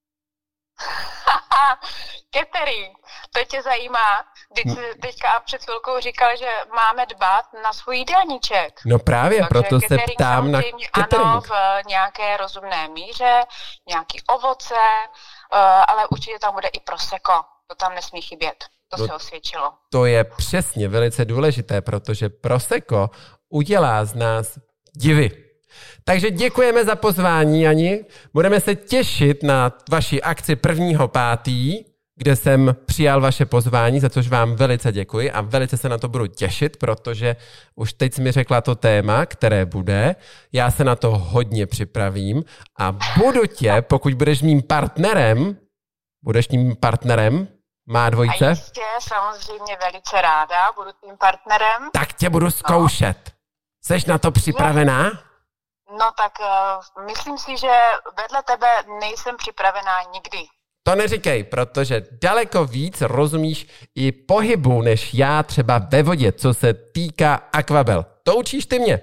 S11: Catering, to tě zajímá. Teď jsi teďka před chvilkou říkal, že máme dbát na svůj jídelníček.
S1: No právě,
S11: takže
S1: proto se ptám na catering.
S11: Ano, v nějaké rozumné míře, nějaký ovoce, ale určitě tam bude i prosecco. To tam nesmí chybět. To no, se osvědčilo.
S1: To je přesně velice důležité, protože prosecco udělá z nás divy. Takže děkujeme za pozvání, Ani. Budeme se těšit na vaši akci prvního pátý, kde jsem přijal vaše pozvání, za což vám velice děkuji a velice se na to budu těšit, protože už teď jsi mi řekla to téma, které bude. Já se na to hodně připravím a budu tě, pokud budeš mým partnerem, budeš mým partnerem, má dvojce?
S11: A jistě, samozřejmě velice ráda, budu tím partnerem.
S1: Tak tě budu zkoušet. Seš na to připravená?
S11: No tak uh, myslím si, že vedle tebe nejsem připravená nikdy.
S1: To neříkej, protože daleko víc rozumíš i pohybu, než já třeba ve vodě, co se týká akvabel. To učíš ty mě.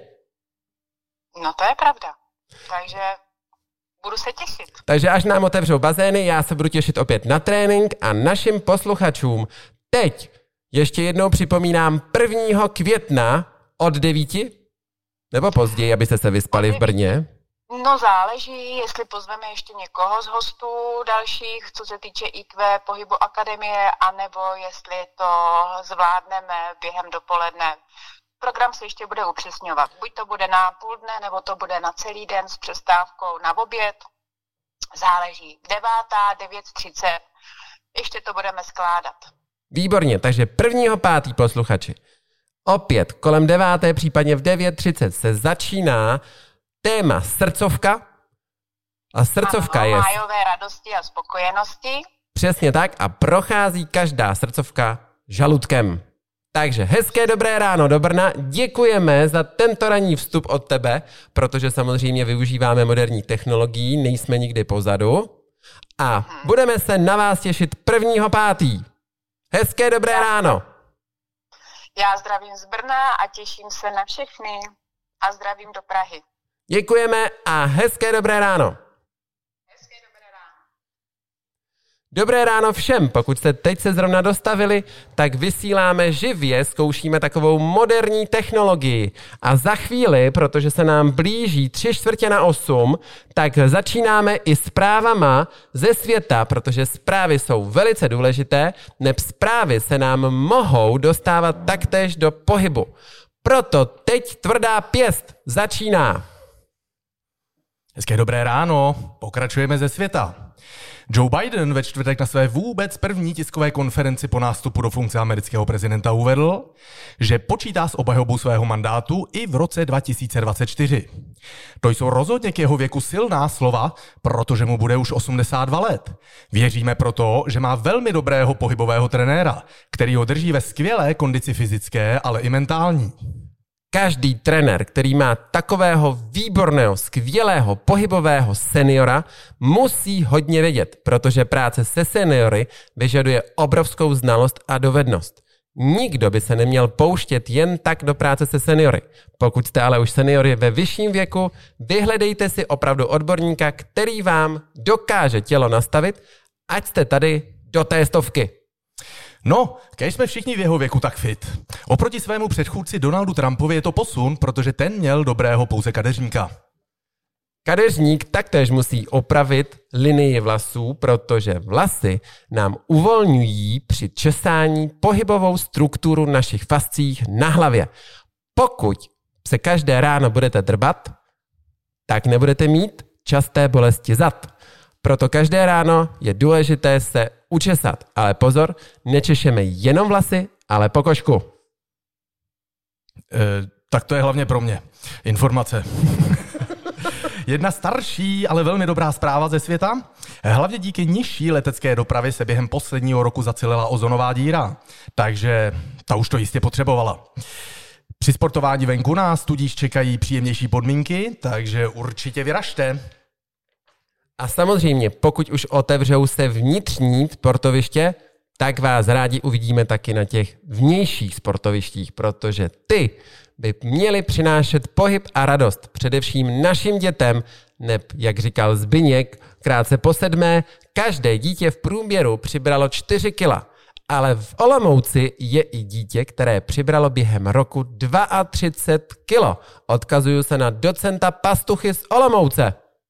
S11: No to je pravda. Takže budu se těšit.
S1: Takže až nám otevřou bazény, já se budu těšit opět na trénink a našim posluchačům teď ještě jednou připomínám prvního května od devíti nebo později, abyste se vyspali v Brně.
S11: No záleží, jestli pozveme ještě někoho z hostů dalších, co se týče í kvé Pohybu Akademie, anebo jestli to zvládneme během dopoledne. Program se ještě bude upřesňovat. Buď to bude na půl dne, nebo to bude na celý den s přestávkou na oběd. Záleží. Devátá, devět třicet. Ještě to budeme skládat.
S1: Výborně, takže prvního pátý posluchači. Opět kolem deváté, případně v devět třicet se začíná téma srdcovka. A srdcovka
S11: ano,
S1: je...
S11: májové radosti a spokojenosti.
S1: Přesně tak a prochází každá srdcovka žaludkem. Takže hezké dobré ráno do Brna. Děkujeme za tento ranní vstup od tebe, protože samozřejmě využíváme moderní technologií, nejsme nikdy pozadu. A hmm. budeme se na vás těšit prvního pátý. Hezké dobré Já. ráno.
S11: Já zdravím z Brna a těším se na všechny. A zdravím do Prahy.
S1: Děkujeme a hezké dobré ráno.
S11: Hezké dobré ráno.
S1: Dobré ráno všem. Pokud jste teď se zrovna dostavili, tak vysíláme živě, zkoušíme takovou moderní technologii. A za chvíli, protože se nám blíží tři čtvrtě na osm, tak začínáme i zprávama ze světa, protože zprávy jsou velice důležité, neb zprávy se nám mohou dostávat taktéž do pohybu. Proto teď tvrdá pěst začíná.
S3: Hezké dobré ráno, pokračujeme ze světa. Joe Biden ve čtvrtek na své vůbec první tiskové konferenci po nástupu do funkce amerického prezidenta uvedl, že počítá s obhajobou svého mandátu i v roce dva tisíce dvacet čtyři. To jsou rozhodně k jeho věku silná slova, protože mu bude už osmdesát dva let. Věříme proto, že má velmi dobrého pohybového trenéra, který ho drží ve skvělé kondici fyzické, ale i mentální.
S1: Každý trenér, který má takového výborného, skvělého pohybového seniora, musí hodně vědět, protože práce se seniory vyžaduje obrovskou znalost a dovednost. Nikdo by se neměl pouštět jen tak do práce se seniory. Pokud jste ale už seniory ve vyšším věku, vyhledejte si opravdu odborníka, který vám dokáže tělo nastavit, ať jste tady do té stovky.
S3: No, když jsme všichni v jeho věku tak fit. Oproti svému předchůdci Donaldu Trumpovi je to posun, protože ten měl dobrého pouze kadeřníka.
S1: Kadeřník taktéž musí opravit linii vlasů, protože vlasy nám uvolňují při česání pohybovou strukturu našich fascích na hlavě. Pokud se každé ráno budete drbat, tak nebudete mít časté bolesti zad. Proto každé ráno je důležité se učesat. Ale pozor, nečešeme jenom vlasy, ale pokožku.
S3: E, tak to je hlavně pro mě. Informace. Jedna starší, ale velmi dobrá zpráva ze světa. Hlavně díky nižší letecké dopravy se během posledního roku zacilila ozonová díra. Takže ta už to jistě potřebovala. Při sportování venku nás tudíž čekají příjemnější podmínky, takže určitě vyražte.
S1: A samozřejmě, pokud už otevřou se vnitřní sportoviště, tak vás rádi uvidíme taky na těch vnějších sportovištích, protože ty by měly přinášet pohyb a radost především našim dětem, neb, jak říkal Zbyněk, krátce po sedmé, každé dítě v průměru přibralo čtyři kila. Ale v Olomouci je i dítě, které přibralo během roku třicet dva kilo. Odkazuju se na docenta Pastuchy z Olomouce.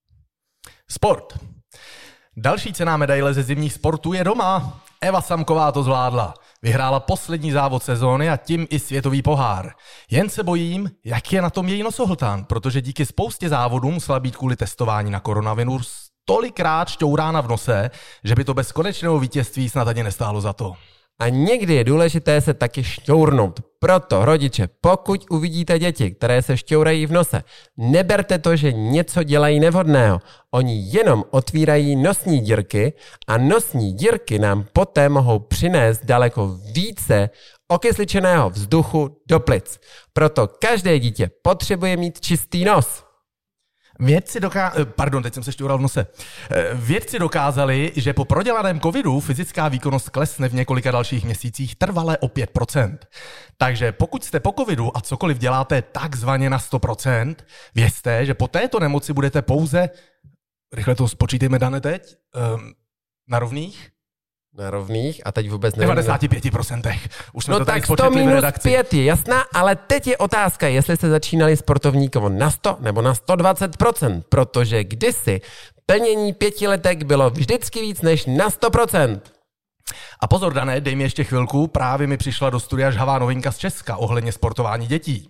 S3: Sport. Další cenná medaile ze zimních sportů je doma. Eva Samková to zvládla. Vyhrála poslední závod sezóny a tím i světový pohár. Jen se bojím, jak je na tom její nosohltán, protože díky spoustě závodů musela být kvůli testování na koronavirus tolikrát šťourána v nose, že by to bez konečného vítězství snad ani nestálo za to.
S1: A někdy je důležité se taky šťournout. Proto, rodiče, pokud uvidíte děti, které se šťourají v nose, neberte to, že něco dělají nevhodného. Oni jenom otvírají nosní dírky a nosní dírky nám poté mohou přinést daleko více okysličeného vzduchu do plic. Proto každé dítě potřebuje mít čistý nos.
S3: Vědci doká... Pardon, teď jsem se šťoural v nose. Vědci dokázali, že po prodělaném covidu fyzická výkonnost klesne v několika dalších měsících trvale o pět procent. Takže pokud jste po covidu a cokoliv děláte takzvaně na sto procent, vězte, že po této nemoci budete pouze, rychle to spočítejme, Dane, teď, um, na rovných?
S1: Na rovných a teď vůbec nevím.
S3: devadesát pět procent. Už jsme
S1: no
S3: to tady
S1: tak sto
S3: spočetli v
S1: minus
S3: redakci.
S1: pět je jasná, ale teď je otázka, jestli jste začínali sportovníkovo na sto nebo na sto dvacet procent, protože kdysi plnění pětiletek bylo vždycky víc než na sto procent.
S3: A pozor, Dané, dej mi ještě chvilku, právě mi přišla do studia žhavá novinka z Česka ohledně sportování dětí.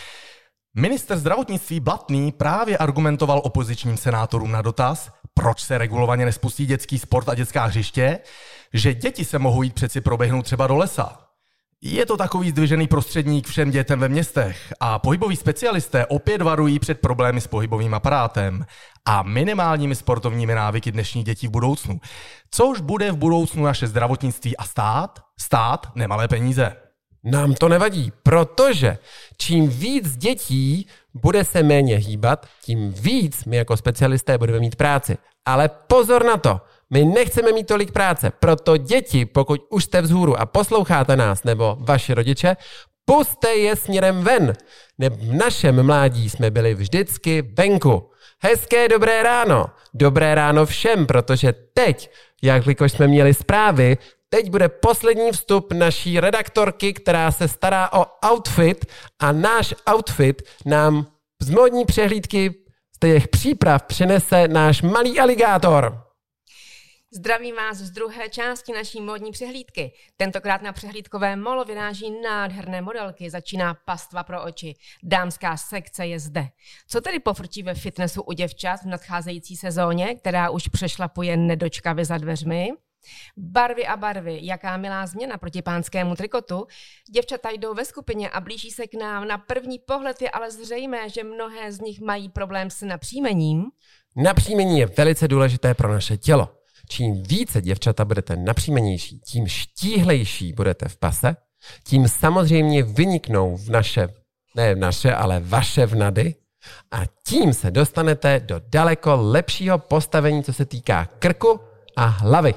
S3: Minister zdravotnictví Blatný právě argumentoval opozičním senátorům na dotaz, proč se regulovaně nespustí dětský sport a dětská hřiště, že děti se mohou jít přeci proběhnout třeba do lesa. Je to takový zdvižený prostředník všem dětem ve městech a pohyboví specialisté opět varují před problémy s pohybovým aparátem a minimálními sportovními návyky dnešních dětí v budoucnu. Což bude v budoucnu naše zdravotnictví a stát? Stát nemalé peníze.
S1: Nám to nevadí, protože čím víc dětí bude se méně hýbat, tím víc my jako specialisté budeme mít práci. Ale pozor na to, my nechceme mít tolik práce, proto děti, pokud už jste vzhůru a posloucháte nás nebo vaši rodiče, puste je směrem ven. V našem mládí jsme byli vždycky venku. Hezké dobré ráno, dobré ráno všem, protože teď, jakož jsme měli zprávy, teď bude poslední vstup naší redaktorky, která se stará o outfit a náš outfit nám z módní přehlídky z těch příprav přinese náš malý aligátor.
S9: Zdravím vás z druhé části naší módní přehlídky. Tentokrát na přehlídkové molo vyráží nádherné modelky, začíná pastva pro oči. Dámská sekce je zde. Co tedy pofrčí ve fitnessu u děvčat v nadcházející sezóně, která už přešlapuje nedočkavě za dveřmi? Barvy a barvy, jaká milá změna proti pánskému trikotu. Děvčata jdou ve skupině a blíží se k nám. Na první pohled je ale zřejmé, že mnohé z nich mají problém s napříjmením.
S1: Napříjmení je velice důležité pro naše tělo. Čím více děvčata budete napříjmenější, tím štíhlejší budete v pase, tím samozřejmě vyniknou v naše, ne v naše, ale vaše vnady a tím se dostanete do daleko lepšího postavení, co se týká krku a hlavy.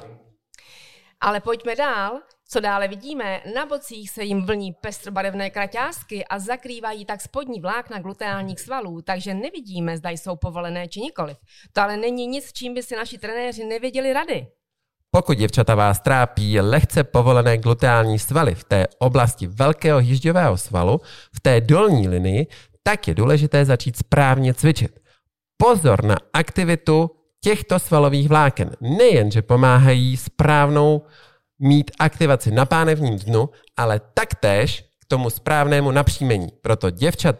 S9: Ale pojďme dál. Co dále vidíme? Na bocích se jim vlní pestrobarevné kraťásky a zakrývají tak spodní vlákna gluteálních svalů, takže nevidíme, zda jsou povolené či nikoliv. To ale není nic, čím by si naši trenéři nevěděli rady.
S1: Pokud děvčata vás trápí lehce povolené gluteální svaly v té oblasti velkého hýžďového svalu, v té dolní linii, tak je důležité začít správně cvičit. Pozor na aktivitu těchto svalových vláken. Nejen, že pomáhají správnou mít aktivaci na pánevním dnu, ale taktéž k tomu správnému napříjmení. Proto děvčata,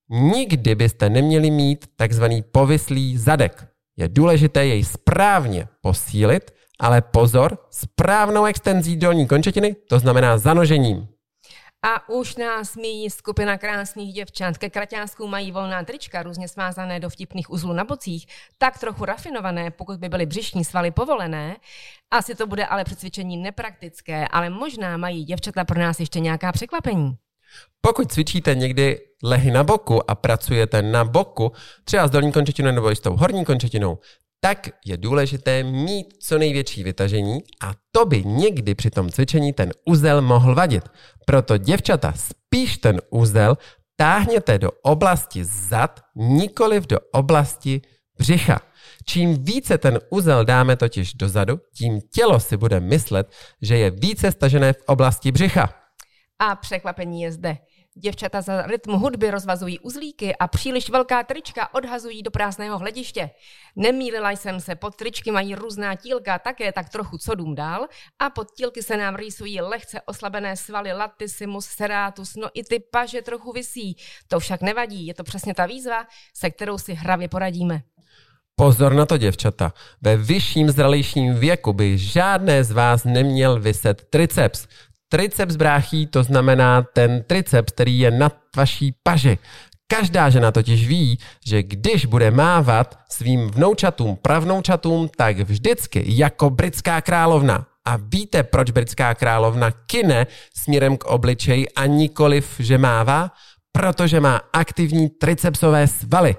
S1: Nikdy byste neměli mít takzvaný povislý zadek. Je důležité jej správně posílit, ale pozor, správnou extenzí dolní končetiny, to znamená zanožením.
S9: A už nás míjí skupina krásných děvčat. Ke kraťáskům mají volná trička, různě svázané do vtipných uzlů na bocích, tak trochu rafinované, pokud by byly břišní svaly povolené. Asi to bude ale při cvičení nepraktické, ale možná mají děvčata pro nás ještě nějaká překvapení.
S1: Pokud cvičíte někdy lehy na boku a pracujete na boku, třeba s dolní končetinou nebo i s tou horní končetinou, tak je důležité mít co největší vytažení a to by někdy při tom cvičení ten uzel mohl vadit. Proto děvčata, spíš ten uzel táhněte do oblasti zad, nikoliv do oblasti břicha. Čím více ten uzel dáme totiž dozadu, tím tělo si bude myslet, že je více stažené v oblasti břicha.
S9: A překvapení je zde. Děvčata za rytmu hudby rozvazují uzlíky a příliš velká trička odhazují do prázdného hlediště. Nemýlila jsem se, pod tričky mají různá tílka, také tak trochu co dům dál a pod tílky se nám rýsují lehce oslabené svaly latissimus, serratus, no i ty paže trochu visí. To však nevadí, je to přesně ta výzva, se kterou si hravě poradíme.
S1: Pozor na to, děvčata. Ve vyšším zralejším věku by žádné z vás neměl viset triceps. Triceps bráchí, to znamená ten triceps, který je nad vaší paži. Každá žena totiž ví, že když bude mávat svým vnoučatům, pravnoučatům, tak vždycky jako britská královna. A víte, proč britská královna kyne směrem k obličeji a nikoliv, že mává? Protože má aktivní tricepsové svaly.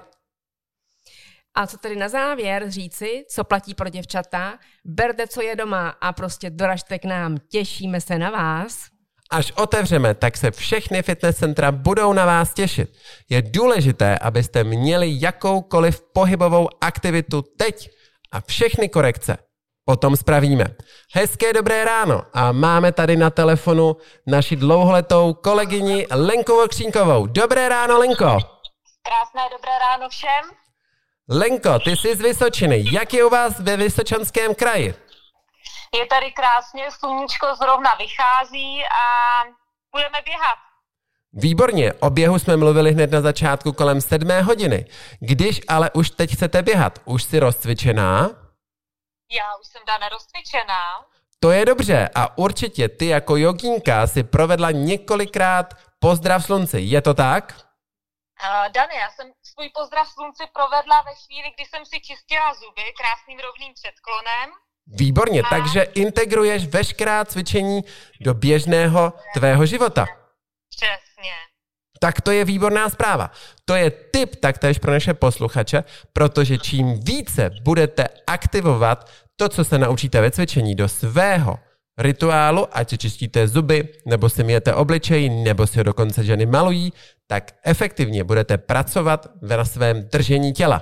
S9: A co tedy na závěr říci, co platí pro děvčata? Berte, co je doma a prostě doražte k nám. Těšíme se na vás.
S1: Až otevřeme, tak se všechny fitness centra budou na vás těšit. Je důležité, abyste měli jakoukoliv pohybovou aktivitu teď a všechny korekce potom spravíme. Hezké dobré ráno a máme tady na telefonu naši dlouholetou kolegyni Lenku Vokřínkovou. Dobré ráno, Lenko.
S11: Krásné dobré ráno všem.
S1: Lenko, ty jsi z Vysočiny. Jak je u vás ve Vysočanském kraji?
S11: Je tady krásně, sluníčko zrovna vychází a budeme běhat.
S1: Výborně, o běhu jsme mluvili hned na začátku kolem sedmé hodiny. Když ale už teď chcete běhat, už jsi rozcvičená?
S11: Já už jsem dána rozcvičená.
S1: To je dobře a určitě ty jako jogínka si provedla několikrát pozdrav slunci. Je to tak?
S11: Uh, Dane, já jsem svůj pozdrav slunci provedla ve chvíli, kdy jsem si čistila zuby krásným rovným předklonem.
S1: Výborně, a... takže integruješ veškerá cvičení do běžného tvého života.
S11: Přesně.
S1: Tak to je výborná zpráva. To je tip taktéž pro naše posluchače, protože čím více budete aktivovat to, co se naučíte ve cvičení do svého rituálu, ať si čistíte zuby, nebo si myjete obličej, nebo si ho dokonce ženy malují, tak efektivně budete pracovat na svém držení těla.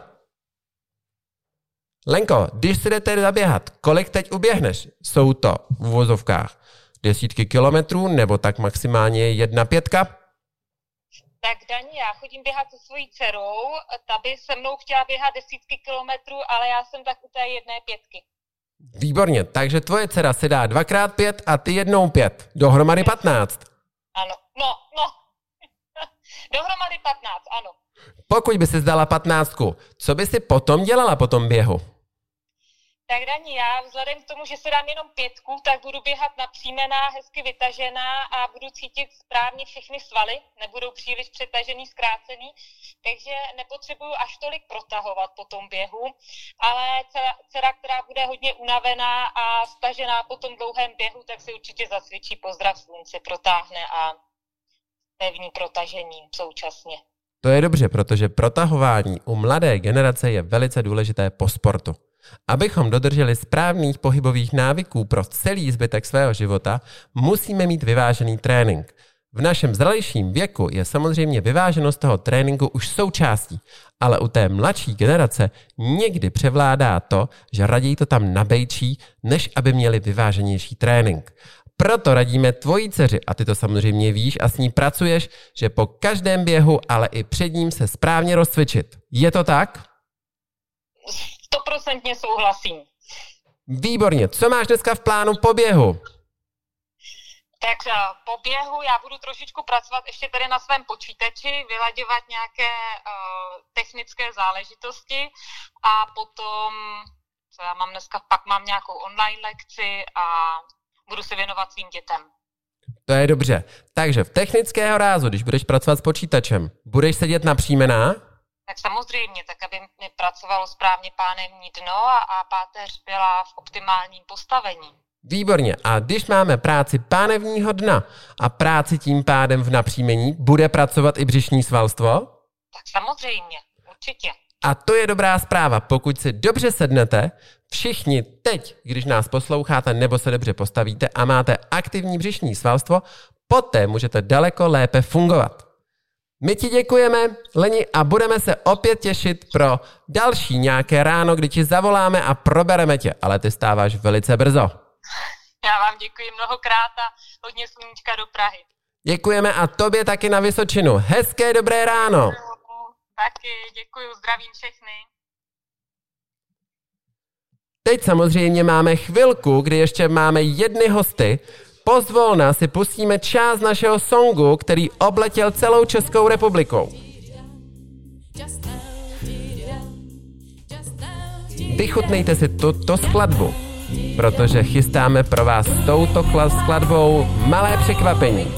S1: Lenko, když si jdete zaběhat, kolik teď uběhneš? Jsou to v uvozovkách desítky kilometrů, nebo tak maximálně jedna pětka?
S11: Tak Dani, já chodím běhat se svojí dcerou, ta by se mnou chtěla běhat desítky kilometrů, ale já jsem tak u té jedné pětky.
S1: Výborně, takže tvoje dcera si dá dvakrát pět a ty jednou pět. Dohromady patnáct.
S11: Ano, no, no. Dohromady patnáct, ano.
S1: Pokud by si zdala patnáctku, co by si potom dělala po tom běhu?
S11: Tak Dani, já vzhledem k tomu, že se dám jenom pětku, tak budu běhat napřímená, hezky vytažená a budu cítit správně všechny svaly, nebudou příliš přetažený, zkrácený, takže nepotřebuju až tolik protahovat po tom běhu, ale dcera, dcera, která bude hodně unavená a stažená po tom dlouhém běhu, tak si určitě zasvědčí pozdrav slunci, protáhne a pevní protažením současně.
S1: To je dobře, protože protahování u mladé generace je velice důležité po sportu. Abychom dodrželi správných pohybových návyků pro celý zbytek svého života, musíme mít vyvážený trénink. V našem zralejším věku je samozřejmě vyváženost toho tréninku už součástí, ale u té mladší generace někdy převládá to, že raději to tam nabejčí, než aby měli vyváženější trénink. Proto radíme tvojí dceři, a ty to samozřejmě víš a s ní pracuješ, že po každém běhu, ale i před ním se správně rozcvičit. Je to tak?
S11: Stoprocentně souhlasím.
S1: Výborně. Co máš dneska v plánu po běhu?
S11: Tak po běhu já budu trošičku pracovat ještě tady na svém počítači, vylaďovat nějaké uh, technické záležitosti a potom, co já mám dneska, pak mám nějakou online lekci a budu se věnovat svým dětem.
S1: To je dobře. Takže v technického rázu, když budeš pracovat s počítačem, budeš sedět na příjmená?
S11: Tak samozřejmě, tak aby mi pracovalo správně pánevní dno a, a páteř byla v optimálním postavení.
S1: Výborně. A když máme práci pánevního dna a práci tím pádem v napříjmení, bude pracovat i břišní svalstvo?
S11: Tak samozřejmě, určitě.
S1: A to je dobrá zpráva. Pokud si dobře sednete, všichni teď, když nás posloucháte nebo se dobře postavíte a máte aktivní břišní svalstvo, poté můžete daleko lépe fungovat. My ti děkujeme, Leni, a budeme se opět těšit pro další nějaké ráno, kdy ti zavoláme a probereme tě, ale ty stáváš velice brzo.
S11: Já vám děkuji mnohokrát a hodně sluníčka do Prahy.
S1: Děkujeme a tobě taky na Vysočinu. Hezké dobré ráno.
S11: Taky, děkuji, zdravím všechny.
S1: Teď samozřejmě máme chvilku, kdy ještě máme jedny hosty. Pozvolna si pustíme část našeho songu, který obletěl celou Českou republikou. Vychutnejte si tuto skladbu, protože chystáme pro vás s touto skladbou malé překvapení.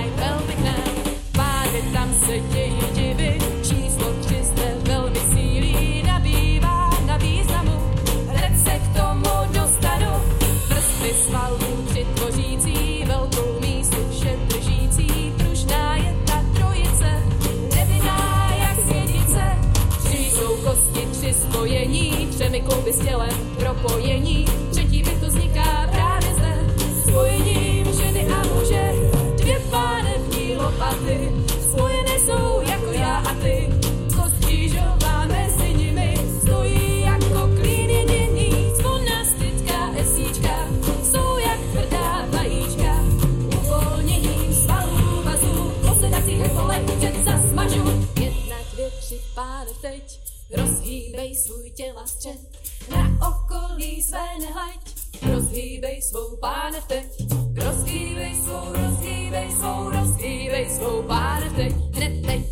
S10: Spojení, třemi klouby s tělem, propojení, třetí byt to vzniká právě zde. Spojením ženy a muže, dvě pánevní lopaty, spojené jsou jako já a ty. Kost křížová mezi nimi, stojí jako klín jediný. Zvona styčka, esíčka, jsou jak tvrdá vajíčka. Uvolněním svalů vazů, posedací hrpole, před zasmažu. Jedna, dvě, tři, pánev teď. Rozhýbej svůj těla střed, na okolí své nehleď. Rozhýbej svou pánev teď, rozhýbej svou, rozhýbej svou, rozhýbej svou pánev teď, hned teď.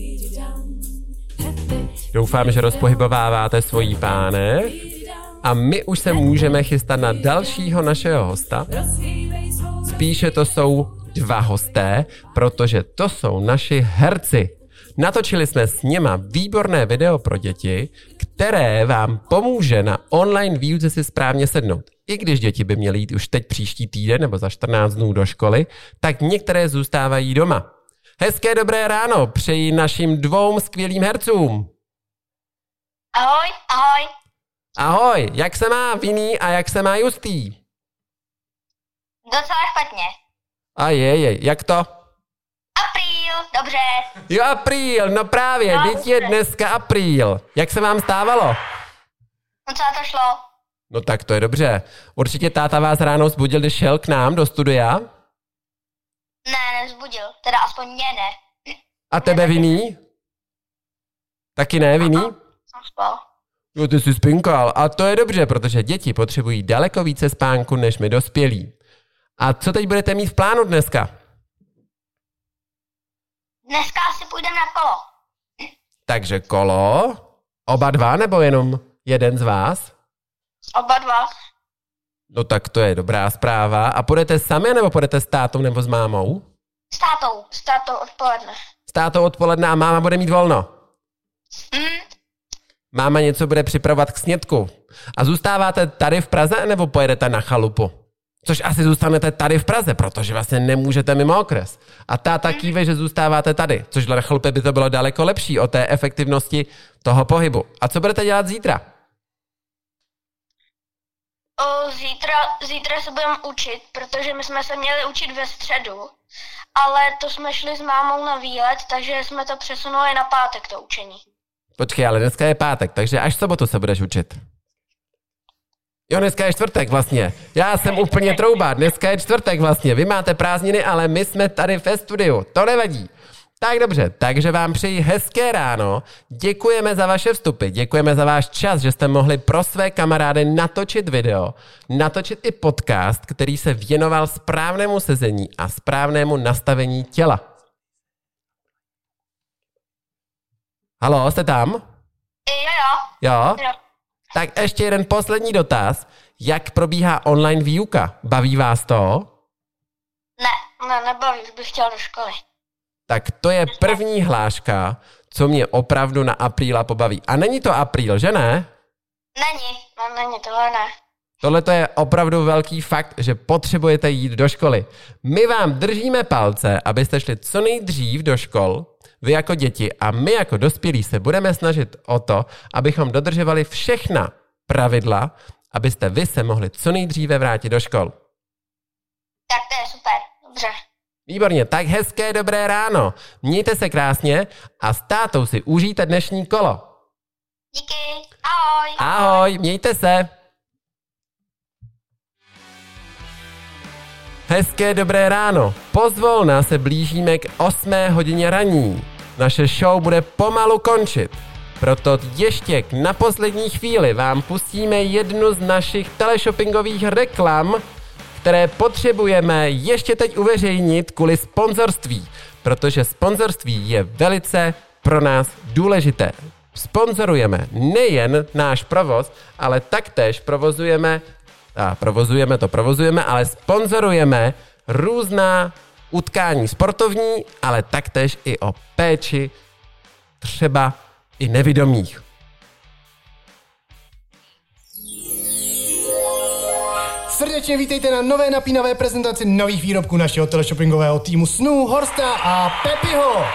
S10: Hned teď.
S1: Doufám, že rozpohybováváte svojí pánev a my už se můžeme chystat na dalšího našeho hosta. Spíše to jsou dva hosté, protože to jsou naši herci. Natočili jsme s něma výborné video pro děti, které vám pomůže na online výuce si správně sednout. I když děti by měly jít už teď příští týden nebo za čtrnáct dnů do školy, tak některé zůstávají doma. Hezké dobré ráno přeji našim dvou skvělým hercům.
S12: Ahoj, ahoj.
S1: Ahoj, jak se má Vinný a jak se má Justý?
S12: Docela špatně.
S1: A je, je, jak to?
S12: Apríl, dobře.
S1: Jo, apríl, no právě,
S12: No,
S1: teď je dneska apríl. Jak se vám stávalo?
S12: No co to šlo?
S1: No tak to je dobře. Určitě táta vás ráno vzbudil, když šel k nám do studia?
S12: Ne, nezbudil, teda aspoň mě ne.
S1: A tebe Vinný? Taky ne, Vinný?
S12: Jsem spal.
S1: Jo, ty jsi spinkal. A to je dobře, protože děti potřebují daleko více spánku než my dospělí. A co teď budete mít v plánu dneska?
S12: Dneska asi půjdeme na kolo.
S1: Takže kolo? Oba dva nebo jenom jeden z vás?
S12: Oba dva.
S1: No tak to je dobrá zpráva. A půjdete sami nebo půjdete s tátou nebo s mámou?
S12: S tátou, s tátou odpoledne.
S1: S tátou odpoledne a máma bude mít volno.
S12: Mm.
S1: Máma něco bude připravovat k snědku. A zůstáváte tady v Praze nebo pojedete na chalupu? Což asi zůstanete tady v Praze, protože vlastně nemůžete mimo okres. A táta kýve, že zůstáváte tady, což na chalupě by to bylo daleko lepší o té efektivnosti toho pohybu. A co budete dělat zítra?
S12: O, zítra, zítra se budeme učit, protože my jsme se měli učit ve středu, ale to jsme šli s mámou na výlet, takže jsme to přesunuli na pátek, to učení.
S1: Počkej, ale dneska je pátek, takže až v sobotu se budeš učit. Jo, dneska je čtvrtek vlastně. Já jsem úplně trouba, dneska je čtvrtek vlastně. Vy máte prázdniny, ale my jsme tady ve studiu. To nevadí. Tak dobře, takže vám přeji hezké ráno, děkujeme za vaše vstupy, děkujeme za váš čas, že jste mohli pro své kamarády natočit video, natočit i podcast, který se věnoval správnému sezení a správnému nastavení těla. Haló, jste tam?
S12: Jo,
S1: Jo?
S12: jo.
S1: Tak ještě jeden poslední dotaz. Jak probíhá online výuka? Baví vás to?
S12: Ne, ne, nebaví, už bych chtěl do školy.
S1: Tak to je první hláška, co mě opravdu na apríla pobaví. A není to apríl, že ne?
S12: Není, no není, tohle ne.
S1: Tohle to je opravdu velký fakt, že potřebujete jít do školy. My vám držíme palce, abyste šli co nejdřív do škol, vy jako děti a my jako dospělí se budeme snažit o to, abychom dodržovali všechna pravidla, abyste vy se mohli co nejdříve vrátit do škol.
S12: Tak to je super, dobře.
S1: Výborně, tak hezké dobré ráno. Mějte se krásně a s tátou si užijte dnešní kolo.
S12: Díky, ahoj.
S1: Ahoj, mějte se. Hezké dobré ráno. Pozvolna se blížíme k osmé hodině raní. Naše show bude pomalu končit. Proto ještě na poslední chvíli vám pustíme jednu z našich teleshoppingových reklam, které potřebujeme ještě teď uveřejnit kvůli sponzorství, protože sponzorství je velice pro nás důležité. Sponzorujeme nejen náš provoz, ale taktéž provozujeme, a provozujeme to provozujeme, ale sponzorujeme různá utkání sportovní, ale taktéž i o péči třeba i nevidomých.
S5: Srdečně vítejte na nové napínavé prezentaci nových výrobků našeho teleshoppingového týmu snů Horsta a Pepiho.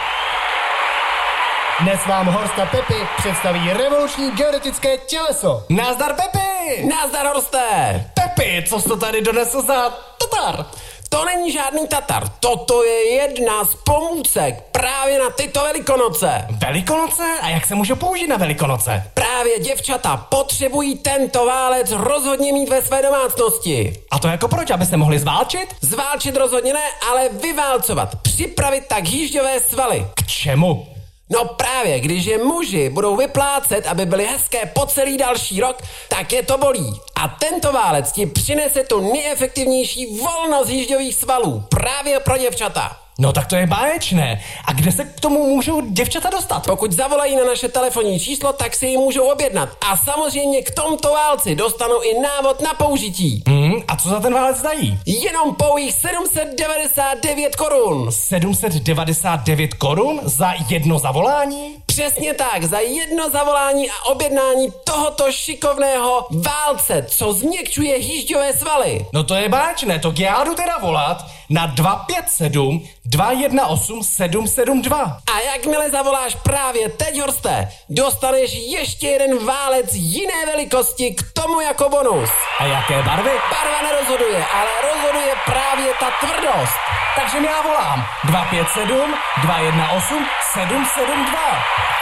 S5: Dnes vám Horst a Pepi představí revoluční geodetické těleso.
S6: Nazdar Pepi!
S1: Nazdar Horste!
S6: Pepi, co jsi to tady donesl za tatar?
S1: To není žádný tatar, toto je jedna z pomůcek právě na tyto velikonoce.
S6: Velikonoce? A jak se může použít na velikonoce?
S1: Právě děvčata potřebují tento válec rozhodně mít ve své domácnosti.
S6: A to jako proč, aby se mohli zválčit?
S1: Zválčit rozhodně ne, ale vyválcovat, připravit tak jížďové svaly.
S6: K čemu?
S1: No právě, když je muži budou vyplácet, aby byly hezké po celý další rok, tak je to bolí. A tento válec ti přinese tu nejefektivnější volnost jížďových svalů právě pro děvčata.
S6: No tak to je báječné. A kde se k tomu můžou děvčata dostat?
S1: Pokud zavolají na naše telefonní číslo, tak si ji můžou objednat. A samozřejmě k tomto válci dostanou i návod na použití.
S6: Hmm, a co za ten válec dají?
S1: Jenom pouhých sedm set devadesát devět korun.
S6: sedm set devadesát devět korun za jedno zavolání?
S1: Přesně tak, za jedno zavolání a objednání tohoto šikovného válce, co změkčuje jížďové svaly.
S6: No to je báječné, to já jdu teda volat na dva pět sedm dva jedna osm sedm sedm dva.
S1: A jakmile zavoláš právě teď, Horste, dostaneš ještě jeden válec jiné velikosti k tomu jako bonus.
S6: A jaké barvy?
S1: Barva nerozhoduje, ale rozhoduje právě ta tvrdost.
S6: Takže já volám dva pět sedm dva jedna osm sedm sedm dva.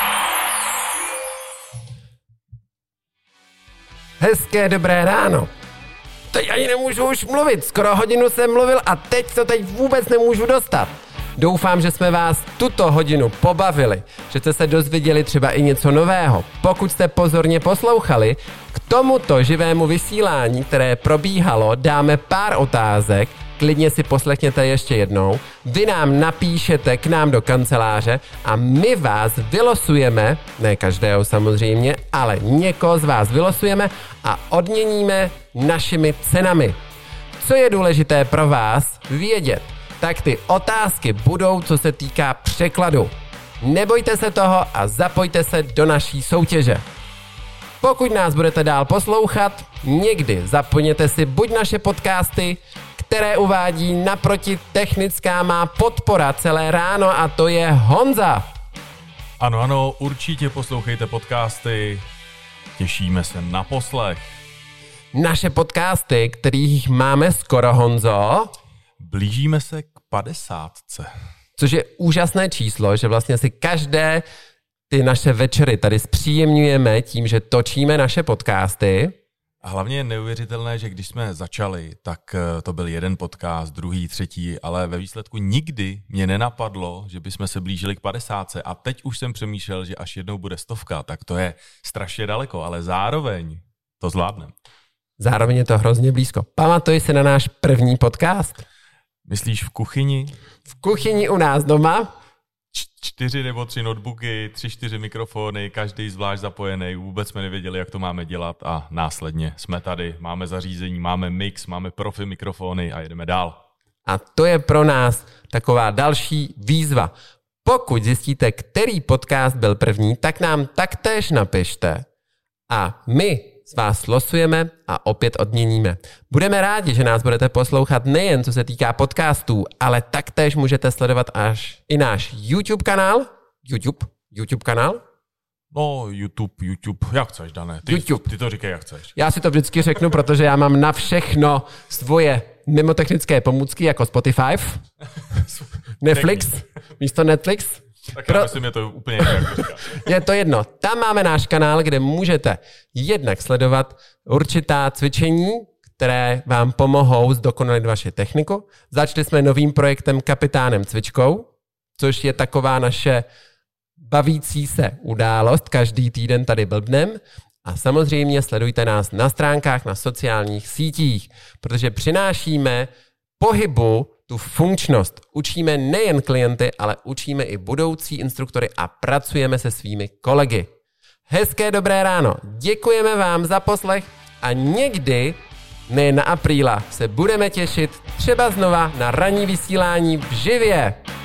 S1: Hezké dobré ráno. Teď ani nemůžu už mluvit, skoro hodinu jsem mluvil a teď to teď vůbec nemůžu dostat. Doufám, že jsme vás tuto hodinu pobavili, že jste se dozvěděli třeba i něco nového. Pokud jste pozorně poslouchali, k tomuto živému vysílání, které probíhalo, dáme pár otázek, klidně si poslechněte ještě jednou, vy nám napíšete k nám do kanceláře a my vás vylosujeme, ne každého samozřejmě, ale někoho z vás vylosujeme a odměníme našimi cenami. Co je důležité pro vás vědět, tak ty otázky budou, co se týká překladu. Nebojte se toho a zapojte se do naší soutěže. Pokud nás budete dál poslouchat, někdy zapojněte si buď naše podcasty, které uvádí naproti technická má podpora celé ráno a to je Honza.
S2: Ano, ano, určitě poslouchejte podcasty, těšíme se na poslech.
S1: Naše podcasty, kterých máme skoro, Honzo.
S2: Blížíme se k padesátce.
S1: Což je úžasné číslo, že vlastně si každé ty naše večery tady zpříjemňujeme tím, že točíme naše podcasty.
S2: A hlavně je neuvěřitelné, že když jsme začali, tak to byl jeden podcast, druhý, třetí, ale ve výsledku nikdy mě nenapadlo, že bychom se blížili k padesátce a teď už jsem přemýšlel, že až jednou bude stovka, tak to je strašně daleko, ale zároveň to zvládneme.
S1: Zároveň je to hrozně blízko. Pamatuješ se na náš první podcast?
S2: Myslíš v kuchyni?
S1: V kuchyni u nás doma?
S2: Čtyři nebo tři notebooky, tři, čtyři mikrofony, každý zvlášť zapojený, vůbec jsme nevěděli, jak to máme dělat a následně jsme tady, máme zařízení, máme mix, máme profi mikrofony a jedeme dál.
S1: A to je pro nás taková další výzva. Pokud zjistíte, který podcast byl první, tak nám taktéž napište a my z vás losujeme a opět odměníme. Budeme rádi, že nás budete poslouchat nejen co se týká podcastů, ale taktéž můžete sledovat až i náš YouTube kanál. YouTube? YouTube kanál?
S2: No, YouTube, YouTube, jak chceš, Dané. Ty,
S1: YouTube.
S2: Ty to říkej, jak chceš.
S1: Já si to vždycky řeknu, protože já mám na všechno svoje mimotechnické pomůcky jako Spotify, Netflix, místo Netflix.
S2: Tak já myslím, je to úplně jinak, jak to říkáš.
S1: Je to jedno. Tam máme náš kanál, kde můžete jednak sledovat určitá cvičení, které vám pomohou zdokonalit vaši techniku. Začali jsme novým projektem Kapitánem cvičkou, což je taková naše bavící se událost. Každý týden tady blbnem. A samozřejmě sledujte nás na stránkách, na sociálních sítích, protože přinášíme pohybu tu funkčnost. Učíme nejen klienty, ale učíme i budoucí instruktory a pracujeme se svými kolegy. Hezké dobré ráno. Děkujeme vám za poslech a někdy, nejen na apríla, se budeme těšit třeba znova na ranní vysílání v živě.